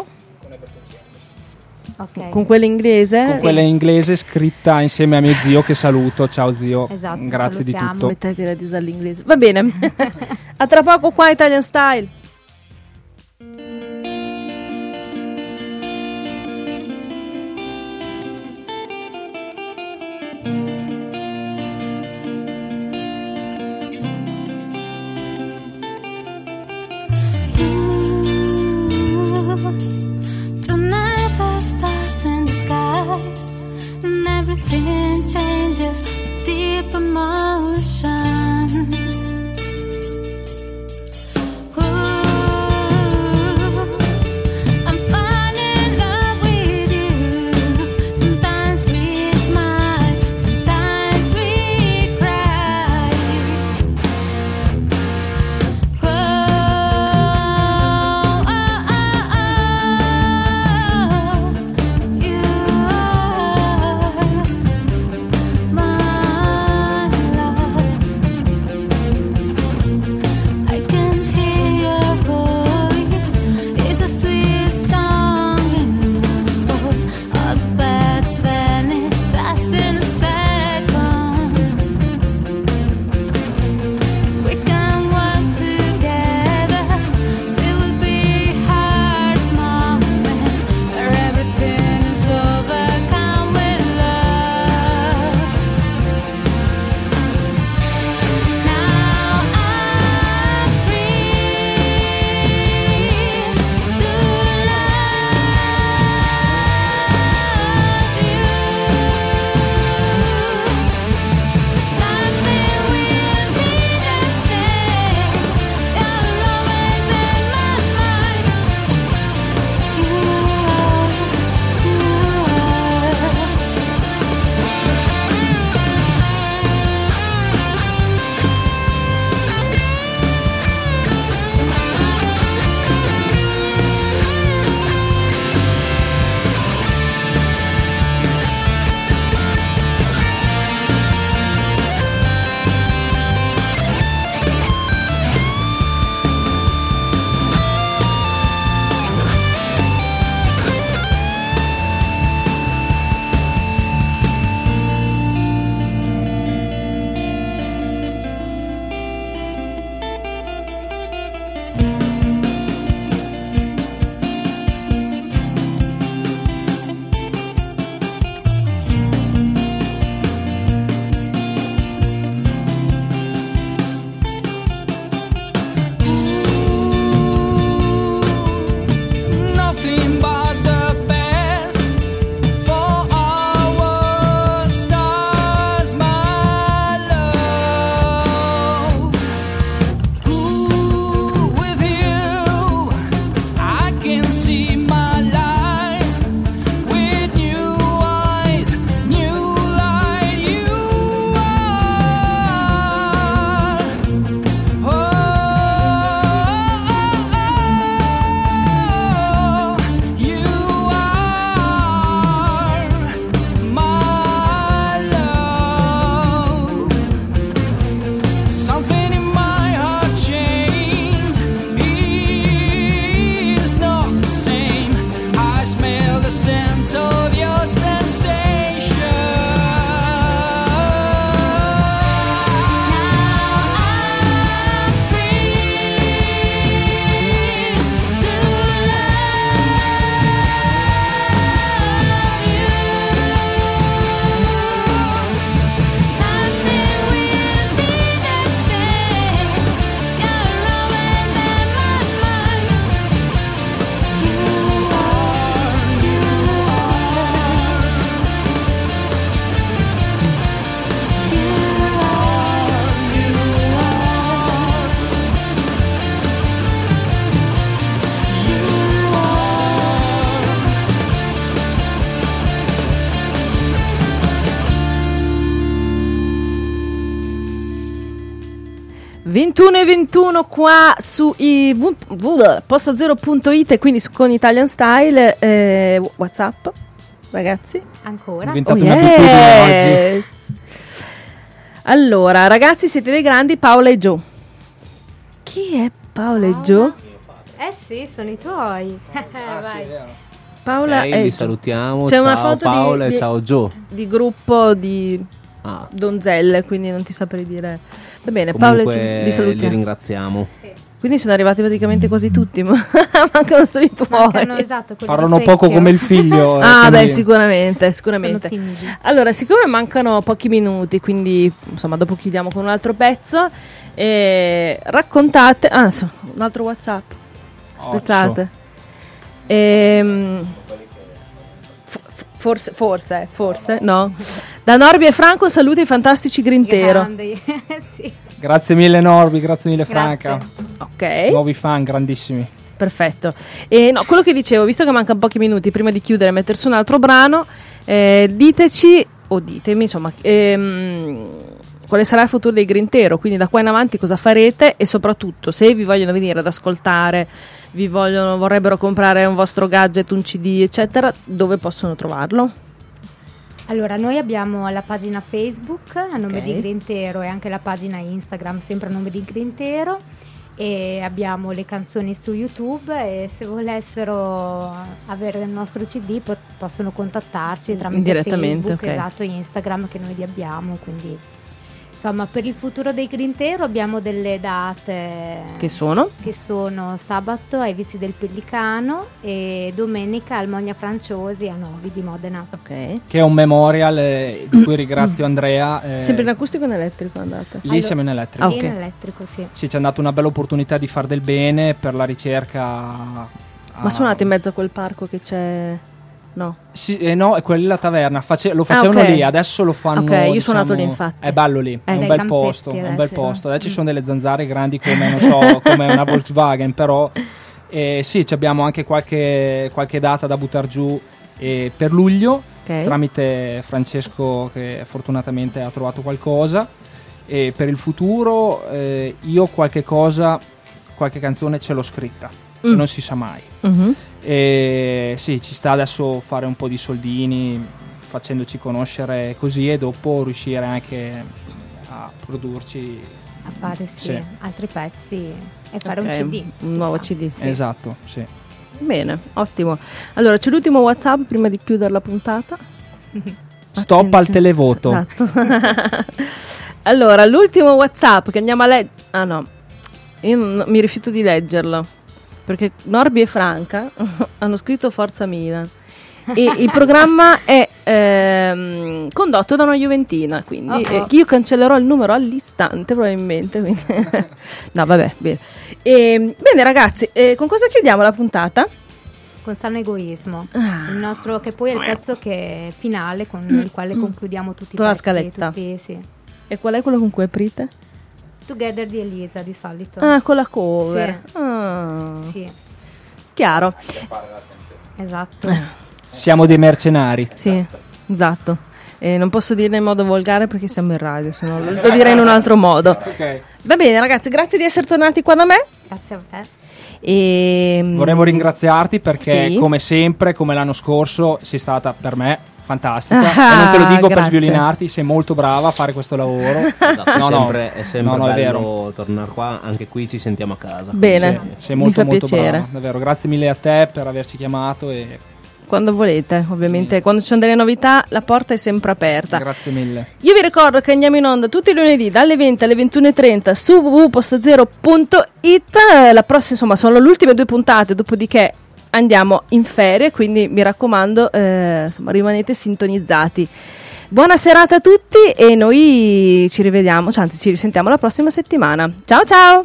Ok. Con quella inglese? Con quella inglese scritta insieme a mio zio, che saluto. Ciao zio, Esatto, grazie di salutiamo. tutto. Smettetela di usare l'inglese. Va bene. A tra poco qua, Italian Style. Tonight the stars in the sky and everything changes with deep emotion. Ooh, ventuno e ventuno qua su i v- v- posta zero punto it e quindi su, con Italian Style. eh, WhatsApp, ragazzi. Ancora? È diventata Oh, un'abitudine oggi. yes. Allora, ragazzi, siete dei grandi. Paola e Gio. Chi è Paola e Gio? Eh sì, sono i tuoi. Vai. Paola Ok, e li Gio. salutiamo. C'è ciao una foto di- Paola di- e ciao Gio. Di gruppo di Ah, donzelle, quindi non ti saprei dire. Va bene, Paola e Gio, comunque li li salutiamo. ringraziamo. Quindi sono arrivati praticamente quasi tutti, ma mancano solo i tuoi. Mancano, esatto, quelli Parlano di poco Fecchio. come il figlio. eh, Ah, quindi- beh, sicuramente, sicuramente. Sono timidi. Allora, siccome mancano pochi minuti, quindi insomma, dopo chiudiamo con un altro pezzo, eh, raccontate. Ah, so, un altro WhatsApp. Aspettate. Ehm, f- f- forse, forse, forse, no. Da Norbi e Franco, saluti ai fantastici Grintero. Grandi. Sì. Grazie mille Norbi, grazie mille Franca. Grazie. Ok. Nuovi fan grandissimi. Perfetto. E no, quello che dicevo, visto che mancano pochi minuti prima di chiudere e mettere su un altro brano, eh, diteci, o ditemi, insomma, ehm, quale sarà il futuro dei Grintero, quindi da qua in avanti cosa farete e soprattutto se vi vogliono venire ad ascoltare, vi vogliono, vorrebbero comprare un vostro gadget, un C D, eccetera, dove possono trovarlo? Allora, noi abbiamo la pagina Facebook a nome Ok. di Grintero e anche la pagina Instagram sempre a nome di Grintero, e abbiamo le canzoni su YouTube, e se volessero avere il nostro C D po- possono contattarci tramite Direttamente, Facebook, ok. esatto, e Instagram che noi li abbiamo, quindi insomma per il futuro dei Grintero abbiamo delle date Che sono? che sono sabato ai Vizi del Pellicano e domenica al Mogna Franciosi a Novi di Modena. Ok. Che è un memorial eh, di cui ringrazio Andrea. eh, Sempre in acustico o in elettrico andate? Lì Allora- siamo in elettrico. Ah, Lì ok. in elettrico, sì. Sì, ci hanno dato una bella opportunità di fare del bene per la ricerca. a- Ma suonate in mezzo a quel parco che c'è... No. Sì, eh, no, è quella lì la taverna. Face- lo facevano Ah, ok. lì, adesso lo fanno. Ok, io ho diciamo, suonato lì, infatti. È bello lì, è Eh, un sì. bel Campetti posto. È un bel adesso. posto. Adesso ci sono delle zanzare grandi come, non so, come una Volkswagen, però. Eh, sì, ci abbiamo anche qualche, qualche data da buttare giù eh, per luglio. Ok. Tramite Francesco che fortunatamente ha trovato qualcosa, e per il futuro eh, io qualche cosa, qualche canzone ce l'ho scritta, Mm. non si sa mai. Mhm. E sì, ci sta adesso fare un po' di soldini facendoci conoscere così, e dopo riuscire anche a produrci. A fare sì, Sì. altri pezzi e fare Ok, un C D. un nuovo C D. Sì. Esatto, sì. Bene, ottimo. Allora, c'è l'ultimo WhatsApp prima di chiudere la puntata. Stop al Attenzione. televoto. Esatto. Allora, l'ultimo WhatsApp che andiamo a leggere. Ah no, io non- mi rifiuto di leggerlo perché Norbi e Franca hanno scritto Forza Milan e il programma è ehm, condotto da una Juventina, quindi Oh, oh. eh, io cancellerò il numero all'istante probabilmente. quindi- no, vabbè, bene. E, bene ragazzi, eh, con cosa chiudiamo la puntata? Con Sano Egoismo, Ah. il nostro, che poi è il pezzo che finale con il quale concludiamo tutti i Tutta la pezzi, scaletta. tutti, sì. E qual è quello con cui aprite? Together di Elisa di solito. Ah, con la cover. Sì. Ah, Sì, chiaro. esatto. Eh. Siamo dei mercenari. Sì, esatto. Eh, non posso dirlo in modo volgare perché siamo in radio, se no lo, lo direi in un altro modo. Ok. Va bene ragazzi, grazie di essere tornati qua da me. Grazie a te. E, Vorremmo ringraziarti perché, Sì. come sempre, come l'anno scorso, sei stata per me fantastica. Ah, e non te lo dico per grazie. sviolinarti, sei molto brava a fare questo lavoro. Esatto, è No, no. sempre, è sempre No, no, è bello tornare qua, anche qui ci sentiamo a casa. Bene, Sei, sei mi molto fa molto piacere. brava, davvero. Grazie mille a te per averci chiamato, e Quando volete, ovviamente, quando ci sono delle novità la porta è sempre aperta. grazie mille. Io vi ricordo che andiamo in onda tutti i lunedì dalle venti alle ventuno e trenta su w w w punto posta zero punto it. La prossima, insomma, sono le ultime due puntate, dopodiché andiamo in ferie, quindi mi raccomando, eh, insomma, rimanete sintonizzati. Buona serata a tutti e noi ci rivediamo, cioè, anzi ci risentiamo la prossima settimana. Ciao ciao!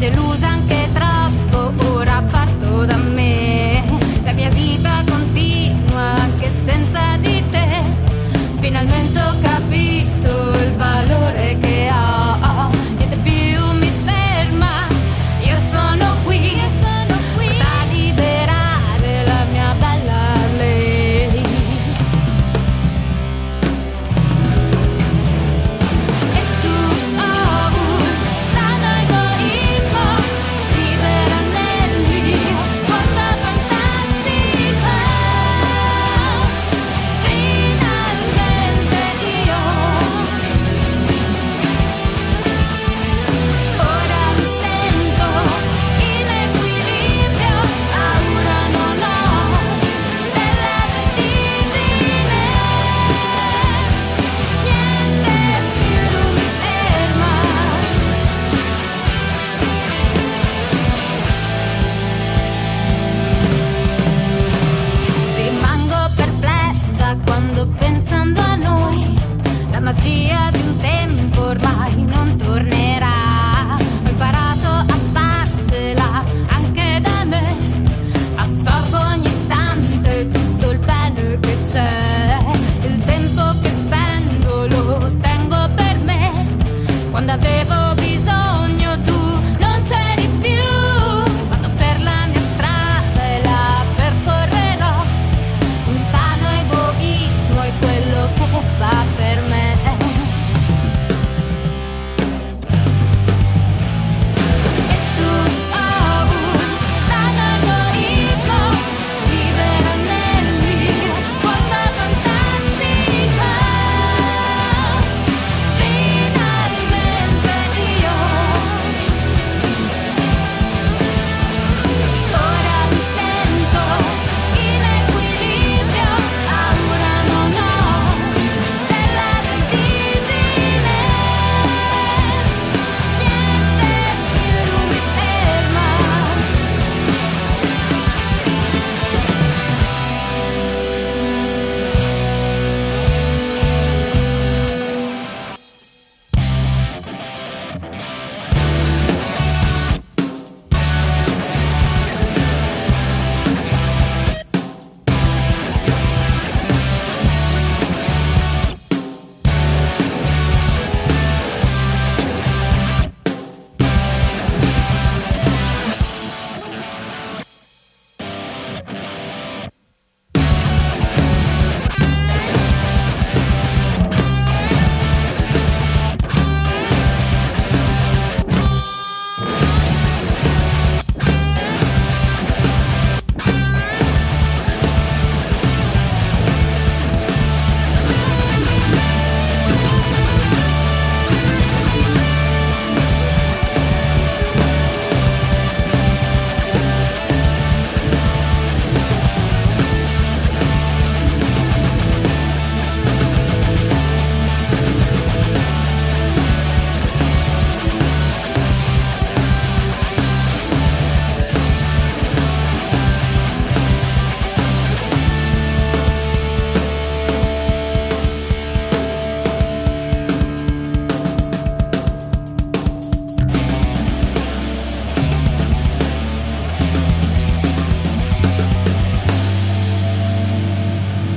delusa